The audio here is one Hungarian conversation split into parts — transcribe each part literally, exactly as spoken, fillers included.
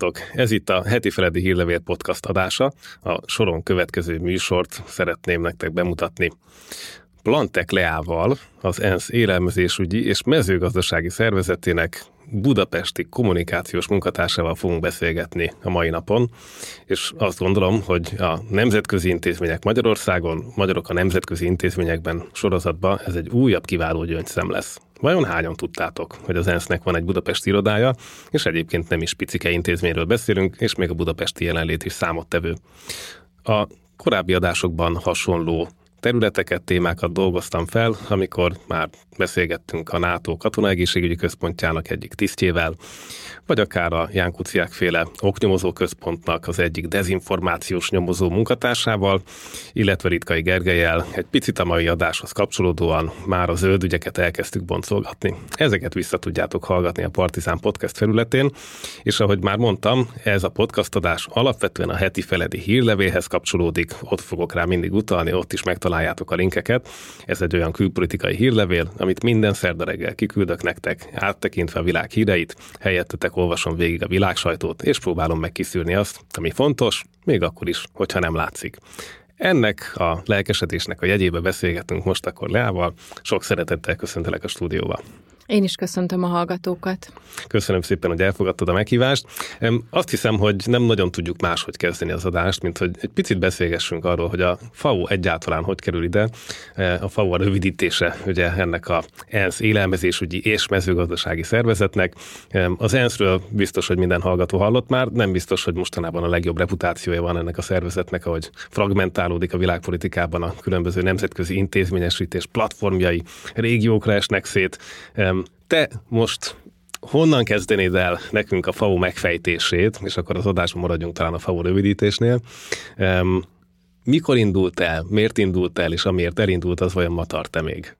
Sziasztok! Ez itt a Heti Feledi Hírlevél podcast adása. A soron következő műsort szeretném nektek bemutatni. Plantek Leával, az ENSZ élelmezésügyi és mezőgazdasági szervezetének budapesti kommunikációs munkatársával fogunk beszélgetni a mai napon, és azt gondolom, hogy a nemzetközi intézmények Magyarországon, magyarok a nemzetközi intézményekben sorozatban ez egy újabb kiváló gyöngyszem lesz. Vajon hányan tudtátok, hogy az ENSZ-nek van egy budapesti irodája, és egyébként nem is picike intézményről beszélünk, és még a budapesti jelenlét is számottevő. A korábbi adásokban hasonló területeket, témákat dolgoztam fel, amikor már beszélgettünk a NATO katonaegészségügyi központjának egyik tisztjével, vagy akár a Ján Kuciák féle oknyomozó központnak az egyik dezinformációs nyomozó munkatársával, illetve Ritkai Gergellyel egy picit a mai adáshoz kapcsolódóan már a zöld ügyeket elkezdtük boncolgatni. Ezeket vissza tudjátok hallgatni a Partizán Podcast felületén, és ahogy már mondtam, ez a podcast adás alapvetően a Heti Feledi Hírlevélhez kapcsolódik, ott fogok rá mindig utalni, ott is megtaláljátok a linkeket. Ez egy olyan külpolitikai hírlevél, amit minden szerda reggel kiküldök nektek, áttekintve a világ híreit, helyettetek olvasom végig a világsajtót, és próbálom megkiszűrni azt, ami fontos, még akkor is, hogyha nem látszik. Ennek a lelkesedésnek a jegyébe beszélgetünk most akkor Leával. Sok szeretettel köszöntelek a stúdióba. Én is köszöntöm a hallgatókat. Köszönöm szépen, hogy elfogadtad a meghívást. Azt hiszem, hogy nem nagyon tudjuk máshogy kezdeni az adást, mint hogy egy picit beszélgessünk arról, hogy a FAO egyáltalán hogy kerül ide. A FAO a rövidítése ugye ennek a ENSZ élelmezésügyi és mezőgazdasági szervezetnek. Az ENSZ-ről biztos, hogy minden hallgató hallott már, nem biztos, hogy mostanában a legjobb reputációja van ennek a szervezetnek, ahogy fragmentálódik a világpolitikában, a különböző nemzetközi intézményesítés platformjai régiókra esnek szét. Te most honnan kezdenéd el nekünk a FAO megfejtését, és akkor az adásban maradjunk talán a FAO rövidítésnél. Mikor indult el, miért indult el, és amiért elindult, az vajon ma tart-e még?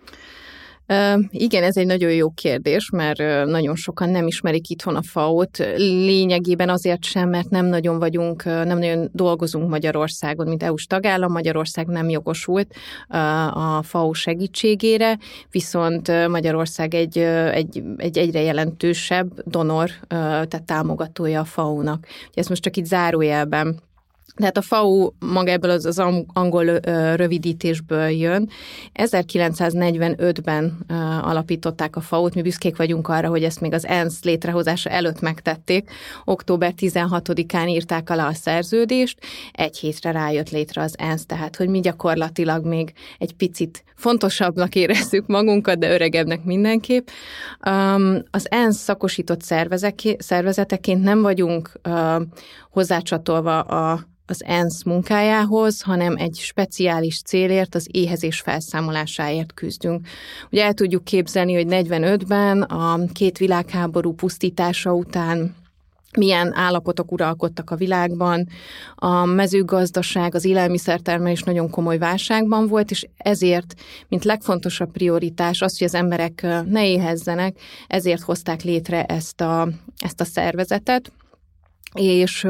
Uh, igen, ez egy nagyon jó kérdés, mert uh, nagyon sokan nem ismerik itthon a FAO-t. Lényegében azért sem, mert nem nagyon vagyunk, uh, nem nagyon dolgozunk Magyarországon, mint é u-s tagállam. Magyarország nem jogosult uh, a FAO segítségére, viszont uh, Magyarország egy, uh, egy, egy egyre jelentősebb donor, uh, tehát támogatója a FAO-nak. Ezt most csak itt zárójelben. Tehát a FAO maga ebből az, az angol rövidítésből jön. ezerkilencszáznegyvenötben uh, alapították a FAO-t, mi büszkék vagyunk arra, hogy ezt még az ENSZ létrehozása előtt megtették. október tizenhatodikán írták alá a szerződést, egy hétre rájött létre az ENSZ, tehát hogy mi gyakorlatilag még egy picit fontosabbnak érezzük magunkat, de öregebbnek mindenképp. Um, az ENSZ szakosított szervezeteként nem vagyunk uh, hozzácsatolva a az ENSZ munkájához, hanem egy speciális célért, az éhezés felszámolásáért küzdünk. Ugye el tudjuk képzelni, hogy negyvenötben a két világháború pusztítása után milyen állapotok uralkodtak a világban, a mezőgazdaság, az élelmiszertermelés nagyon komoly válságban volt, és ezért, mint legfontosabb prioritás az, hogy az emberek ne éhezzenek, ezért hozták létre ezt a, ezt a szervezetet, és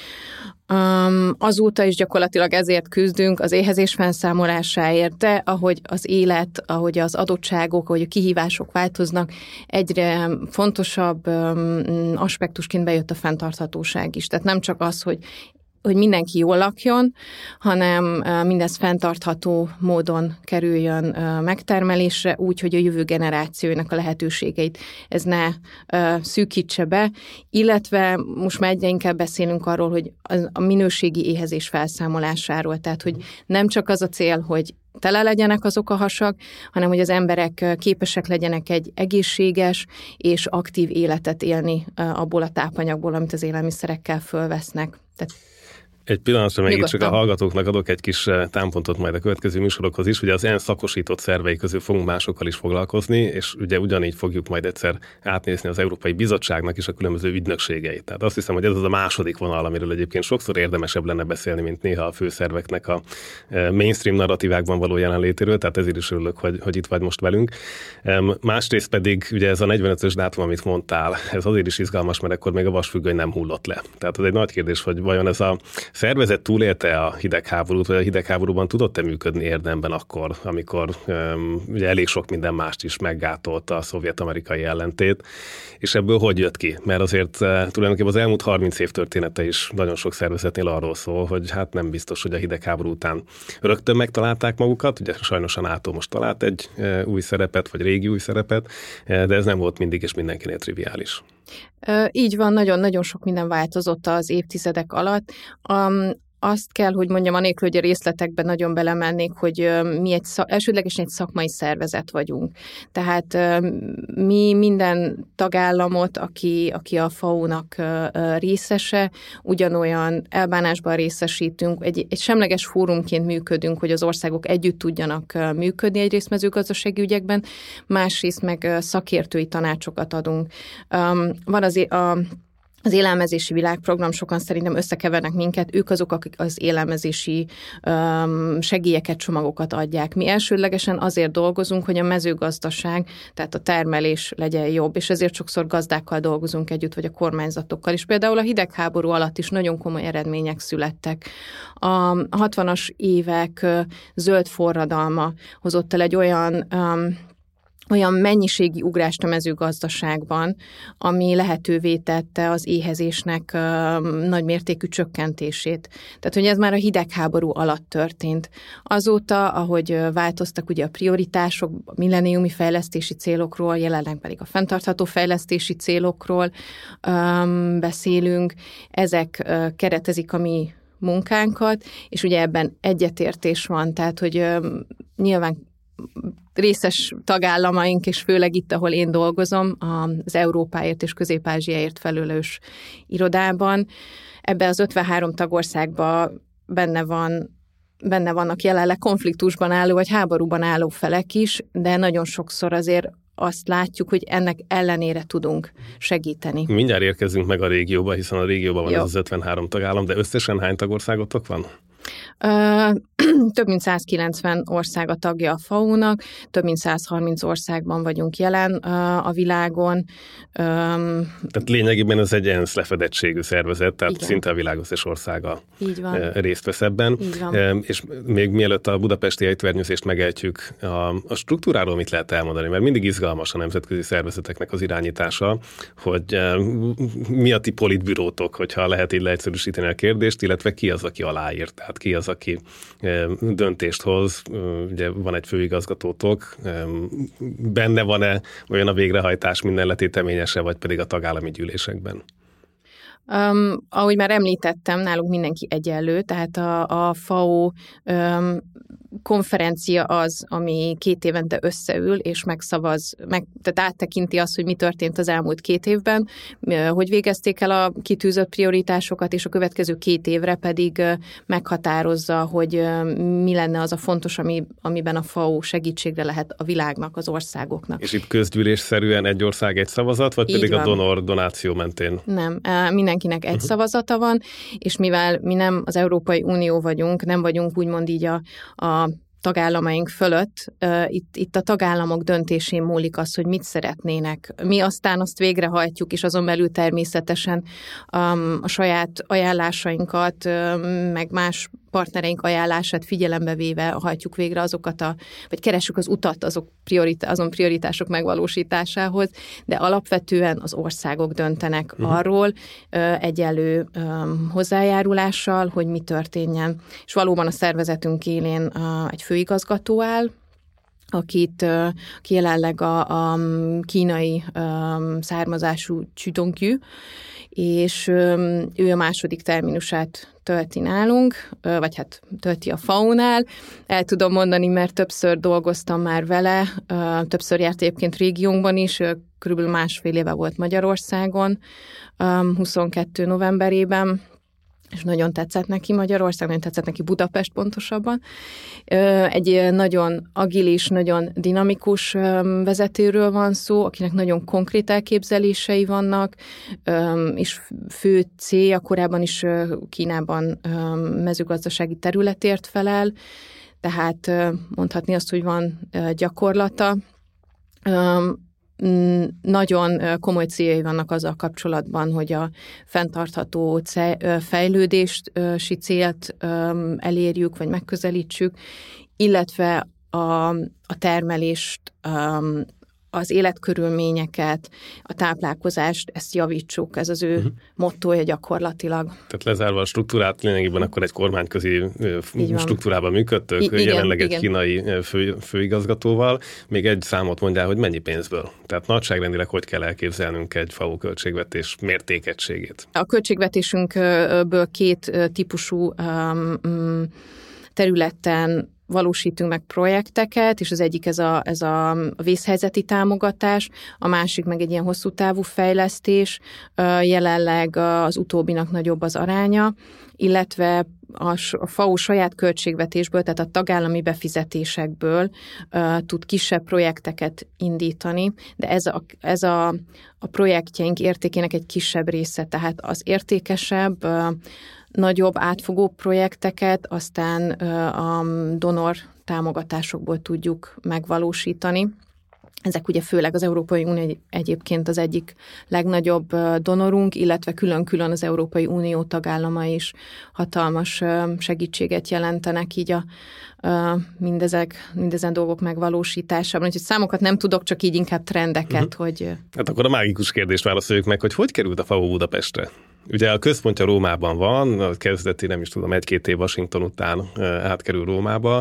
Um, azóta is gyakorlatilag ezért küzdünk az éhezés felszámolásáért, de ahogy az élet, ahogy az adottságok, ahogy a kihívások változnak, egyre fontosabb um, aspektusként bejött a fenntarthatóság is. Tehát nem csak az, hogy hogy mindenki jól lakjon, hanem mindez fenntartható módon kerüljön megtermelésre, úgy, hogy a jövő generációinak a lehetőségeit ez ne szűkítse be, illetve most már egyre inkább beszélünk arról, hogy a minőségi éhezés felszámolásáról, tehát hogy nem csak az a cél, hogy tele legyenek azok a hasak, hanem hogy az emberek képesek legyenek egy egészséges és aktív életet élni abból a tápanyagból, amit az élelmiszerekkel fölvesznek. Tehát Egy pillanatra még itt csak a hallgatóknak adok egy kis támpontot majd a következő műsorokhoz is. Ugye az ENSZ szakosított szervei közül fogunk másokkal is foglalkozni, és ugye ugyanígy fogjuk majd egyszer átnézni az Európai Bizottságnak is a különböző ügynökségeit. Tehát azt hiszem, hogy ez az a második vonal, amiről egyébként sokszor érdemesebb lenne beszélni, mint néha a főszerveknek a mainstream narratívákban való jelenlétéről, tehát ezért is örülök, hogy, hogy itt vagy most velünk. Másrészt pedig ugye ez a negyvenötös dátum, amit mondtál, ez azért is izgalmas, mert akkor még a vasfüggöny nem hullott le. Tehát ez egy nagy kérdés, hogy vajon ez a szervezet túlélte a hidegháborút, vagy a hidegháborúban tudott-e működni érdemben akkor, amikor um, ugye elég sok minden mást is meggátolta a szovjet-amerikai ellentét, és ebből hogy jött ki? Mert azért uh, tulajdonképpen az elmúlt harminc év története is nagyon sok szervezetnél arról szól, hogy hát nem biztos, hogy a hidegháború után rögtön megtalálták magukat, ugye sajnos a NATO most talált egy uh, új szerepet, vagy régi új szerepet, uh, de ez nem volt mindig és mindenkinél triviális. Így van, nagyon-nagyon sok minden változott az évtizedek alatt. Um, Azt kell, hogy mondjam, anélkül, hogy a részletekben nagyon belemennék, hogy mi egy szak, elsődlegesen egy szakmai szervezet vagyunk. Tehát mi minden tagállamot, aki, aki a ef á o-nak részese, ugyanolyan elbánásban részesítünk, egy, egy semleges fórumként működünk, hogy az országok együtt tudjanak működni egyrészt mezőgazdasági ügyekben, másrészt meg szakértői tanácsokat adunk. Van azért a Az élelmezési világprogram, sokan szerintem összekevernek minket, ők azok, akik az élelmezési um, segélyeket, csomagokat adják. Mi elsődlegesen azért dolgozunk, hogy a mezőgazdaság, tehát a termelés legyen jobb, és ezért sokszor gazdákkal dolgozunk együtt, vagy a kormányzatokkal is. Például a hidegháború alatt is nagyon komoly eredmények születtek. A hatvanas évek zöld forradalma hozott el egy olyan um, olyan mennyiségi ugrást a mezőgazdaságban, ami lehetővé tette az éhezésnek uh, nagy mértékű csökkentését. Tehát, hogy ez már a hidegháború alatt történt. Azóta, ahogy változtak ugye a prioritások, a milleniumi fejlesztési célokról, jelenleg pedig a fenntartható fejlesztési célokról um, beszélünk, ezek uh, keretezik a mi munkánkat, és ugye ebben egyetértés van, tehát, hogy um, nyilván részes tagállamaink, és főleg itt, ahol én dolgozom, az Európáért és Közép-Ázsiáért felelős irodában. Ebben az ötvenhárom tagországban benne van, benne vannak jelenleg konfliktusban álló, vagy háborúban álló felek is, de nagyon sokszor azért azt látjuk, hogy ennek ellenére tudunk segíteni. Mindjárt érkezünk meg a régióba, hiszen a régióban van Jó. ez az ötvenhárom tagállam, de összesen hány tagországotok van? Uh, több mint százkilencven ország a tagja a ef á o-nak, több mint százharminc országban vagyunk jelen uh, a világon. Um, tehát lényegében ez egy ENSZ lefedettségű szervezet, tehát igen. szinte a világ összes országa Így van. részt vesz ebben. Így van. Um, és még mielőtt a budapesti ejtvernyőzést megejtjük, a, a struktúráról mit lehet elmondani? Mert mindig izgalmas a nemzetközi szervezeteknek az irányítása, hogy um, mi a ti politbürótok, hogyha lehet így leegyszerűsíteni a kérdést, illetve ki az, aki aláír, tehát ki az, aki döntést hoz, ugye van egy főigazgatótok, benne van-e olyan a végrehajtás minden letéteményese, vagy pedig a tagállami gyűlésekben? Um, ahogy már említettem, nálunk mindenki egyenlő, tehát a, a ef á o um, konferencia az, ami két évente összeül, és megszavaz, meg, tehát áttekinti azt, hogy mi történt az elmúlt két évben, hogy végezték el a kitűzött prioritásokat, és a következő két évre pedig meghatározza, hogy mi lenne az a fontos, ami, amiben a ef á o segítségre lehet a világnak, az országoknak. És itt közgyűlésszerűen egy ország egy szavazat, vagy Így pedig van. A donor donáció mentén? Nem, mindenkinek egy uh-huh. szavazata van, és mivel mi nem az Európai Unió vagyunk, nem vagyunk úgymond így a, a tagállamaink fölött, uh, itt, itt a tagállamok döntésén múlik az, hogy mit szeretnének. Mi aztán azt végrehajtjuk, és azon belül természetesen um, a saját ajánlásainkat, um, meg más partnereink ajánlását figyelembe véve hajtjuk végre azokat a, vagy keresünk az utat azok prioritá- azon prioritások megvalósításához, de alapvetően az országok döntenek uh-huh. arról uh, egyenlő um, hozzájárulással, hogy mi történjen. És valóban a szervezetünk élén uh, egy főigazgató áll, akit uh, aki jelenleg a, a kínai um, származású Zhu Dongyu, és um, ő a második terminusát tölti nálunk, vagy hát tölti a ef á o-nál. El tudom mondani, mert többször dolgoztam már vele, többször járt egyébként régiónkban is, körülbelül másfél éve volt Magyarországon, huszonkettő novemberében, és nagyon tetszett neki Magyarország, nagyon tetszett neki Budapest pontosabban. Egy nagyon agilis, nagyon dinamikus vezetőről van szó, akinek nagyon konkrét elképzelései vannak, és fő célja korábban is Kínában mezőgazdasági területért felel, tehát mondhatni azt, hogy van gyakorlata. nagyon komoly céljai vannak azzal kapcsolatban, hogy a fenntartható fejlődési célt elérjük, vagy megközelítsük, illetve a, a termelést, az életkörülményeket, a táplálkozást, ezt javítsuk, ez az ő uh-huh. mottója gyakorlatilag. Tehát lezárva a struktúrát, lényegében akkor egy kormányközi struktúrában működtök, I- jelenleg igen, egy igen. kínai fő, főigazgatóval. Még egy számot mondjál, hogy mennyi pénzből? Tehát nagyságrendileg hogy kell elképzelnünk egy FAO költségvetés mértékegységét? A költségvetésünkből két típusú um, területen valósítunk meg projekteket, és az egyik ez a, ez a vészhelyzeti támogatás, a másik meg egy ilyen hosszú távú fejlesztés, jelenleg az utóbbinak nagyobb az aránya, illetve a FAO saját költségvetésből, tehát a tagállami befizetésekből uh, tud kisebb projekteket indítani, de ez a, ez a, a projektjeink értékének egy kisebb része, tehát az értékesebb, uh, nagyobb átfogó projekteket aztán a donor támogatásokból tudjuk megvalósítani. Ezek ugye főleg az Európai Unió egyébként az egyik legnagyobb donorunk, illetve külön-külön az Európai Unió tagállama is hatalmas segítséget jelentenek így a, a mindezek, mindezen dolgok megvalósításában. Úgyhogy számokat nem tudok, csak így inkább trendeket, uh-huh. hogy... Hát akkor a mágikus kérdést válaszoljuk meg, hogy hogy került a FAO Budapestre? Ugye a központja Rómában van, a kezdeti, nem is tudom, egy-két év Washington után átkerül Rómába.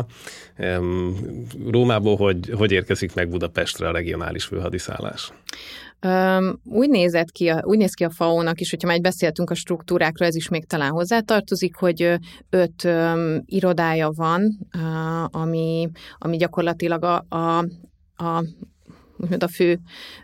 Rómából hogy, hogy érkezik meg Budapestre a regionális főhadiszállás? Um, úgy nézett ki, a, úgy néz ki a FAO-nak is, hogyha már beszéltünk a struktúrákról, ez is még talán hozzátartozik, hogy öt um, irodája van, uh, ami, ami gyakorlatilag a, a, a úgymond a fő,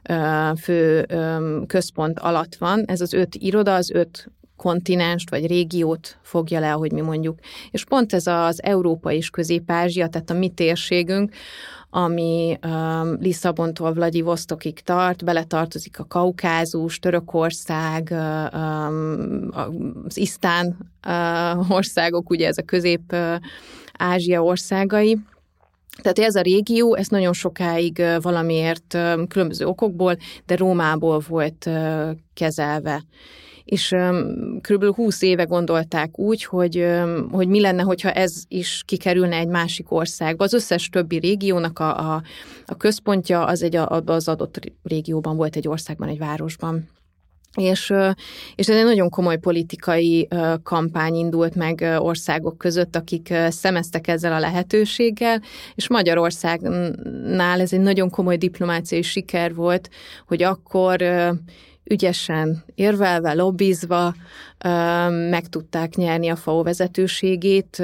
fő központ alatt van. Ez az öt iroda, az öt kontinenst vagy régiót fogja le, ahogy mi mondjuk. És pont ez az Európa és Közép-Ázsia, tehát a mi térségünk, ami um, Lisszabontól Vladivostokig tart, beletartozik a Kaukázus, Törökország, um, az Isztán uh, országok, ugye ez a Közép-Ázsia országai. Tehát ez a régió, ez nagyon sokáig valamiért különböző okokból, de Rómából volt kezelve. És körülbelül húsz éve gondolták úgy, hogy, hogy mi lenne, hogyha ez is kikerülne egy másik országba. Az összes többi régiónak a, a, a központja az, egy, az adott régióban volt, egy országban, egy városban. És, és ez egy nagyon komoly politikai kampány indult meg országok között, akik szemeztek ezzel a lehetőséggel, és Magyarországnál ez egy nagyon komoly diplomáciai siker volt, hogy akkor ügyesen érvelve, lobbizva meg tudták nyerni a FAO vezetőségét,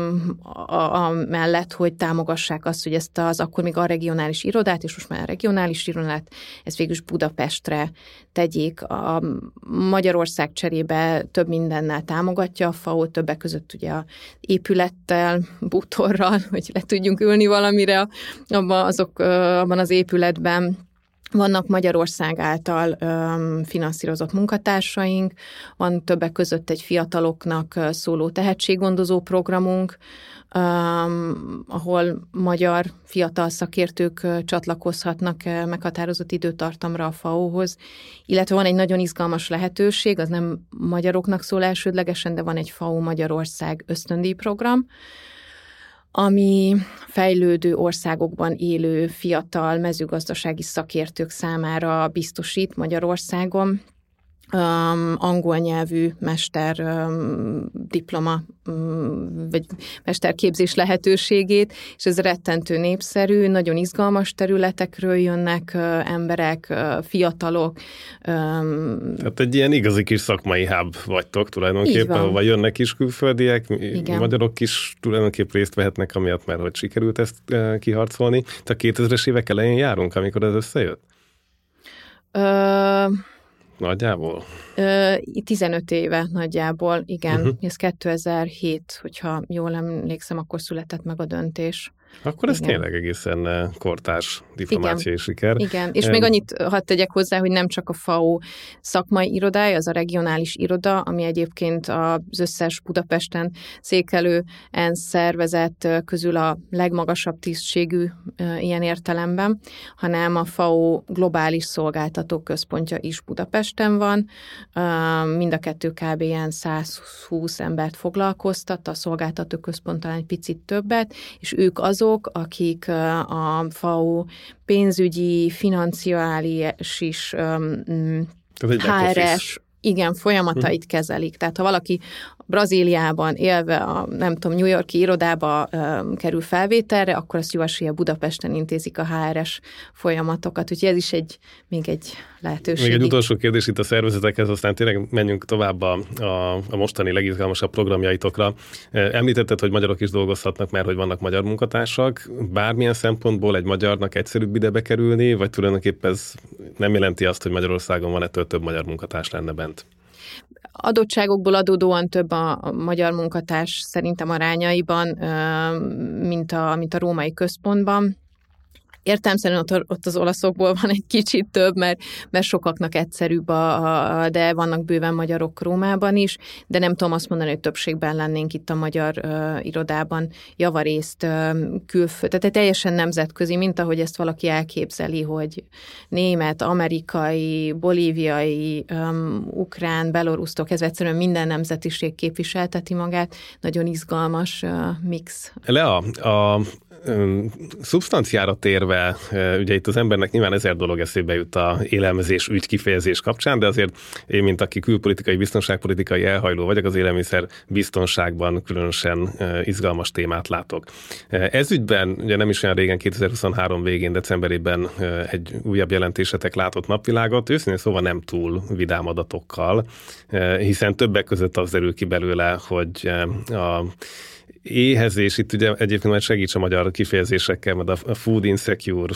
amellett, hogy támogassák azt, hogy ezt az akkor még a regionális irodát, és most már a regionális irodát, ezt végül is Budapestre tegyék. A Magyarország cserébe több mindennel támogatja a FAO, többek között ugye a épülettel, bútorral, hogy le tudjunk ülni valamire abban, azok, abban az épületben. Vannak Magyarország által um, finanszírozott munkatársaink, van többek között egy fiataloknak szóló tehetséggondozó programunk, um, ahol magyar fiatal szakértők uh, csatlakozhatnak uh, meghatározott időtartamra a FAO-hoz, illetve van egy nagyon izgalmas lehetőség, az nem magyaroknak szól elsődlegesen, de van egy FAO Magyarország ösztöndíjprogram, ami fejlődő országokban élő fiatal mezőgazdasági szakértők számára biztosít Magyarországon um, angol nyelvű mester um, diploma um, vagy mesterképzés lehetőségét, és ez rettentő népszerű, nagyon izgalmas területekről jönnek uh, emberek, uh, fiatalok. Um, Tehát egy ilyen igazi kis szakmai hub vagytok tulajdonképpen, ahova jönnek is külföldiek, igen. Magyarok is tulajdonképpen részt vehetnek, amiatt már hogy sikerült ezt uh, kiharcolni. Tehát kétezres évek elején járunk, amikor ez összejött? Uh, Nagyjából? tizenöt éve nagyjából, igen. Uh-huh. Ez kétezer-hét, hogyha jól emlékszem, akkor született meg a döntés. Akkor ez igen. tényleg egészen kortárs diplomáciai igen. siker. Igen, és um, még annyit hadd tegyek hozzá, hogy nem csak a ef á o szakmai irodája, az a regionális iroda, ami egyébként az összes Budapesten székelő ENSZ szervezet közül a legmagasabb tisztségű ilyen értelemben, hanem a ef á o globális szolgáltató központja is Budapesten van. Mind a kettő kb. Ilyen száz húsz embert foglalkoztat, a szolgáltató központ talán egy picit többet, és ők azok, akik a ef á o pénzügyi, financiális is um, há er es igen, folyamatait uh-huh. kezelik. Tehát ha valaki Brazíliában élve a, nem tudom, New York-i irodába um, kerül felvételre, akkor azt jó eséllyel Budapesten intézik a há er es folyamatokat. Úgyhogy ez is egy, még egy lehetőség. Még egy utolsó kérdés itt a szervezetekhez, aztán tényleg menjünk tovább a, a, a mostani legizgalmasabb programjaitokra. Említetted, hogy magyarok is dolgozhatnak, mert hogy vannak magyar munkatársak. Bármilyen szempontból egy magyarnak egyszerűbb ide bekerülni, vagy tulajdonképpen ez nem jelenti azt, hogy Magyarországon van ettől több magyar munkatárs lenne bent? Adottságokból adódóan több a magyar munkatárs szerintem arányaiban, mint a, mint a római központban. Értelemszerűen ott, ott az olaszokból van egy kicsit több, mert, mert sokaknak egyszerűbb, a, a, de vannak bőven magyarok Rómában is, de nem tudom azt mondani, hogy többségben lennénk itt a magyar uh, irodában, javarészt uh, külföld, tehát teljesen nemzetközi, mint ahogy ezt valaki elképzeli, hogy német, amerikai, bolíviai, um, ukrán, belorusztól kezdve egyszerűen minden nemzetiség képviselteti magát, nagyon izgalmas uh, mix. Lea, a szubstanciára térve, ugye itt az embernek nyilván ezer dolog eszébe jut a élelmezés ügy kifejezés kapcsán, de azért én, mint aki külpolitikai, biztonságpolitikai elhajló vagyok, az élelmiszer biztonságban különösen izgalmas témát látok. Ez ügyben, ugye nem is olyan régen, kétezer-huszonhárom végén, decemberében egy újabb jelentésetek látott napvilágot, őszintén szóval nem túl vidám adatokkal, hiszen többek között az derül ki belőle, hogy a éhezés, itt ugye egyébként majd segíts a magyar kifejezésekkel, mert a food insecure,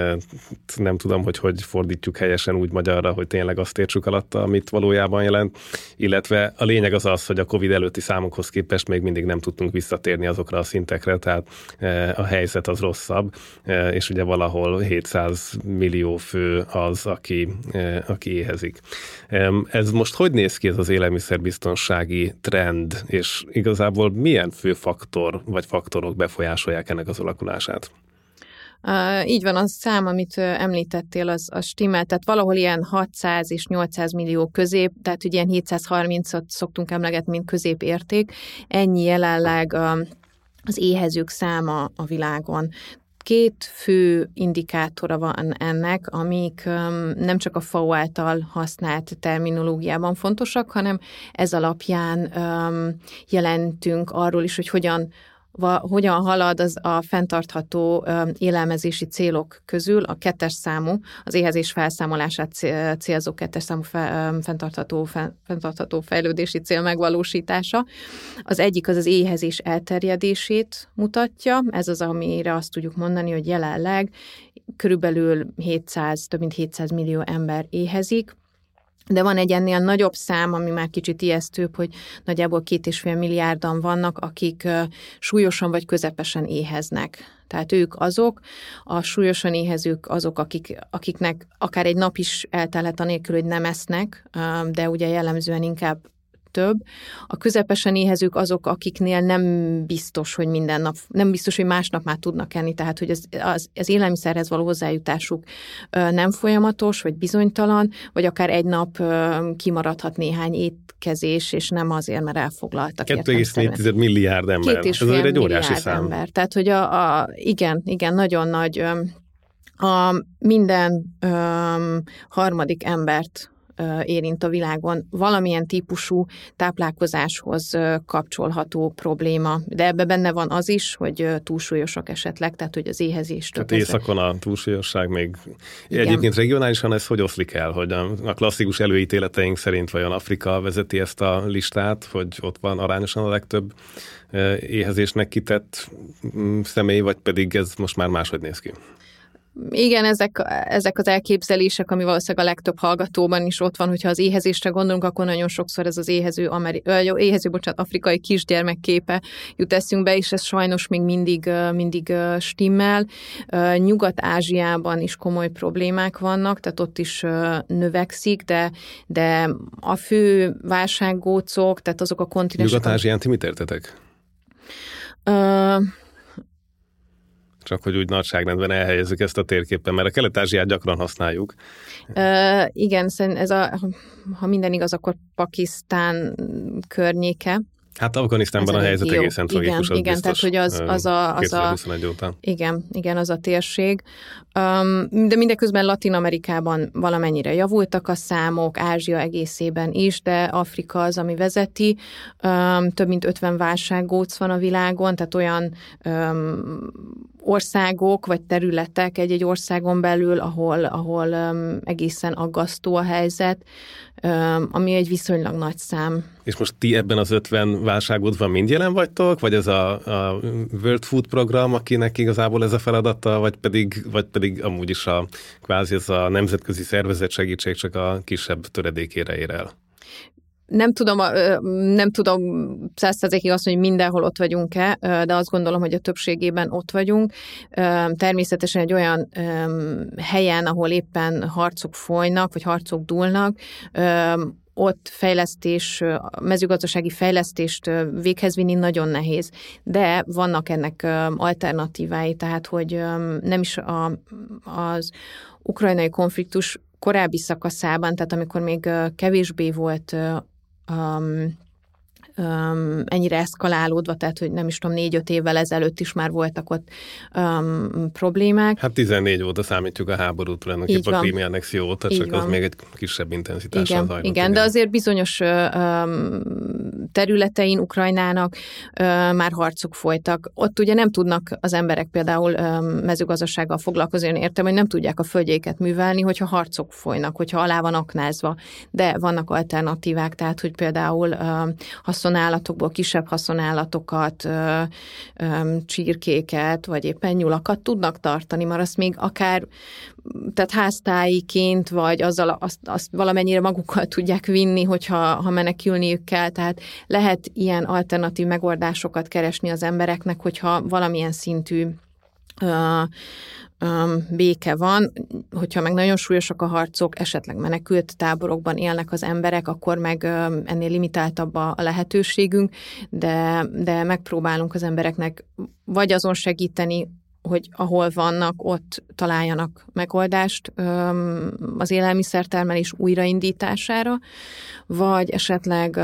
nem tudom, hogy hogy fordítjuk helyesen úgy magyarra, hogy tényleg azt értsük alatta, amit valójában jelent, illetve a lényeg az az, hogy a Covid előtti számokhoz képest még mindig nem tudtunk visszatérni azokra a szintekre, tehát a helyzet az rosszabb, és ugye valahol hétszáz millió fő az, aki, aki éhezik. Ez most hogy néz ki ez az élelmiszerbiztonsági trend, és igazából milyen fő faktor vagy faktorok befolyásolják ennek az alakulását? Uh, így van, az szám, amit uh, említettél, az, az stimmel, tehát valahol ilyen hatszáz és nyolcszáz millió közép, tehát ugye ilyen hétszázharmincot szoktunk emlegetni, mint középérték. Ennyi jelenleg uh, az éhezők száma a világon. Két fő indikátora van ennek, amik um, nem csak a ef á o által használt terminológiában fontosak, hanem ez alapján um, jelentünk arról is, hogy hogyan Va, hogyan halad az a fenntartható um, élelmezési célok közül a kettes számú, az éhezés felszámolását célzó kettes számú fe, um, fenntartható, fe, fenntartható fejlődési cél megvalósítása. Az egyik az az éhezés elterjedését mutatja, ez az, amire azt tudjuk mondani, hogy jelenleg körülbelül hétszáz, több mint hétszáz millió ember éhezik, de van egy ennél nagyobb szám, ami már kicsit ijesztőbb, hogy nagyjából két és fél milliárdan vannak, akik súlyosan vagy közepesen éheznek. Tehát ők azok, a súlyosan éhezők azok, akik, akiknek akár egy nap is eltelhet anélkül, hogy nem esznek, de ugye jellemzően inkább több. A közepesen éhezők azok, akiknél nem biztos, hogy minden nap, nem biztos, hogy másnap már tudnak enni, tehát hogy az, az, az élelmiszerhez való hozzájutásuk nem folyamatos, vagy bizonytalan, vagy akár egy nap kimaradhat néhány étkezés, és nem azért, mert elfoglaltak. kettő egész négy milliárd ember. Ez azért egy óriási szám. Ember. Tehát, hogy a, a, igen, igen, nagyon nagy, a minden um, harmadik embert érint a világon valamilyen típusú táplálkozáshoz kapcsolható probléma. De ebbe benne van az is, hogy túlsúlyosak esetleg, tehát hogy az éhezés. Tehát északon a túlsúlyosság még... Igen. Egyébként regionálisan ez hogy oszlik el? Hogy a klasszikus előítéleteink szerint vajon Afrika vezeti ezt a listát, hogy ott van arányosan a legtöbb éhezésnek kitett személy, vagy pedig ez most már máshogy néz ki? Igen, ezek, ezek az elképzelések, ami valószínűleg a legtöbb hallgatóban is ott van, hogyha az éhezésre gondolunk, akkor nagyon sokszor ez az éhező, ameri- ö, éhező bocsánat, afrikai kisgyermek képe jut eszünkbe, és ez sajnos még mindig, mindig stimmel. Nyugat-Ázsiában is komoly problémák vannak, tehát ott is növekszik, de, de a fő válsággócok, tehát azok a kontinensek... Nyugat-Ázsián ti mit értetek? Uh, Csak hogy úgy nagyságrendben elhelyezzük ezt a térképen, mert a Kelet-Ázsiát gyakran használjuk. Uh, igen, ez a, ha minden igaz, akkor Pakisztán környéke. Hát Afganisztánban a helyzet jó. Egészen tragikus, az igen, biztos. Tehát, hogy az, az a... Az kétezer-huszonegy óta. Igen, igen, az a térség. Um, de mindeközben Latin-Amerikában valamennyire javultak a számok, Ázsia egészében is, de Afrika az, ami vezeti. Um, több mint ötven válsággóc van a világon, tehát olyan um, országok vagy területek egy-egy országon belül, ahol, ahol um, egészen aggasztó a helyzet, um, ami egy viszonylag nagy szám. És most ti ebben az ötven válságodban mind jelen vagytok, vagy ez a, a World Food Program, akinek igazából ez a feladata, vagy pedig, vagy pedig amúgy is a kvázi ez a nemzetközi szervezet segítség csak a kisebb töredékére ér el? Nem tudom, nem tudom száz százalékig azt, hogy mindenhol ott vagyunk-e, de azt gondolom, hogy a többségében ott vagyunk. Természetesen egy olyan helyen, ahol éppen harcok folynak, vagy harcok dúlnak, ott fejlesztés, mezőgazdasági fejlesztést véghez vinni nagyon nehéz. De vannak ennek alternatívái, tehát hogy nem is a, az ukrajnai konfliktus korábbi szakaszában, tehát amikor még kevésbé volt um, um, ennyire eszkalálódva, tehát hogy nem is tudom, négy-öt évvel ezelőtt is már voltak ott um, problémák. Hát tizennégy óta számítjuk a háborút, tulajdonképpen a krími annexió óta, csak az még egy kisebb intenzitással igen, zajlott. Igen, de azért bizonyos um, területein Ukrajnának uh, már harcok folytak. Ott ugye nem tudnak az emberek például um, mezőgazdasággal foglalkozni, én értem, hogy nem tudják a földjeiket művelni, hogyha harcok folynak, hogyha alá van aknázva, de vannak alternatívák, tehát hogy például um, haszonállatokból kisebb haszonállatokat, uh, um, csirkéket, vagy éppen nyulakat tudnak tartani, mert azt még akár tehát háztáiként, vagy azzal azt, azt valamennyire magukkal tudják vinni, hogyha ha menekülniük kell, tehát lehet ilyen alternatív megoldásokat keresni az embereknek, hogyha valamilyen szintű uh, um, béke van, hogyha meg nagyon súlyosak a harcok, esetleg menekült táborokban élnek az emberek, akkor meg um, ennél limitáltabb a, a lehetőségünk, de, de megpróbálunk az embereknek vagy azon segíteni, hogy ahol vannak, ott találjanak megoldást az élelmiszertermelés újraindítására, vagy esetleg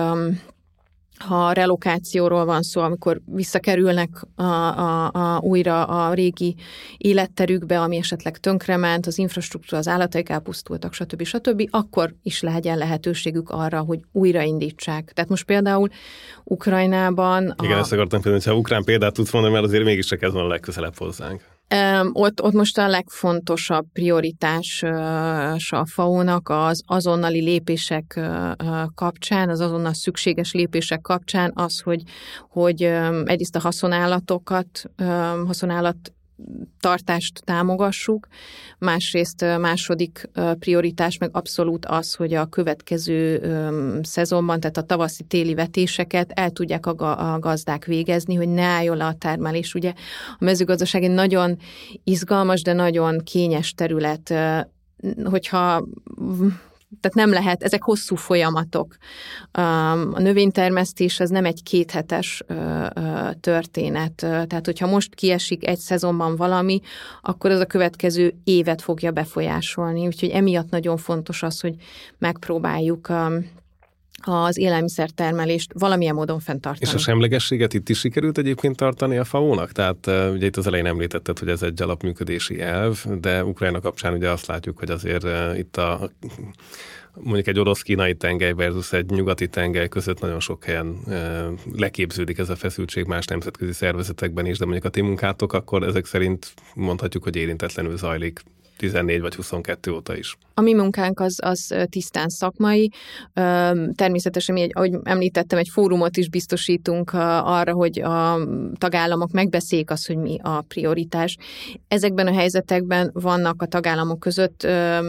ha relokációról van szó, amikor visszakerülnek a, a, a, újra a régi életterükbe, ami esetleg tönkrement, az infrastruktúra, az állataik elpusztultak, stb. stb., akkor is legyen lehetőségük arra, hogy újraindítsák. Tehát most például Ukrajnában... Igen, a... ezt akartam például, hogyha ukrán példát tudsz mondani, mert azért mégiscsak ez van a legközelebb hozzánk. Um, ott, ott most a legfontosabb prioritás uh, a faunak az azonnali lépések uh, kapcsán, az azonnal szükséges lépések kapcsán az, hogy, hogy um, egyrészt a haszonállatokat, um, haszonállat tartást támogassuk, másrészt második prioritás meg abszolút az, hogy a következő szezonban, tehát a tavaszi-téli vetéseket el tudják a gazdák végezni, hogy ne álljon le a termelés. Ugye a mezőgazdaság egy nagyon izgalmas, de nagyon kényes terület, hogyha tehát nem lehet, ezek hosszú folyamatok. A növénytermesztés az nem egy kéthetes történet. Tehát, hogyha most kiesik egy szezonban valami, akkor az a következő évet fogja befolyásolni. Úgyhogy emiatt nagyon fontos az, hogy megpróbáljuk az élelmiszertermelést valamilyen módon fenntartani. És a semlegességet itt is sikerült egyébként tartani a faunak? Tehát uh, ugye itt az elején említetted, hogy ez egy alapműködési elv, de Ukrajna kapcsán ugye azt látjuk, hogy azért uh, itt a mondjuk egy orosz-kínai tengely versus egy nyugati tengely között nagyon sok helyen uh, leképződik ez a feszültség más nemzetközi szervezetekben is, de mondjuk a ti munkátok akkor ezek szerint mondhatjuk, hogy érintetlenül zajlik. tizennégy vagy huszonkettő óta is. A mi munkánk az, az tisztán szakmai. Természetesen mi, egy, ahogy említettem, egy fórumot is biztosítunk arra, hogy a tagállamok megbeszéljék azt, hogy mi a prioritás. Ezekben a helyzetekben vannak a tagállamok között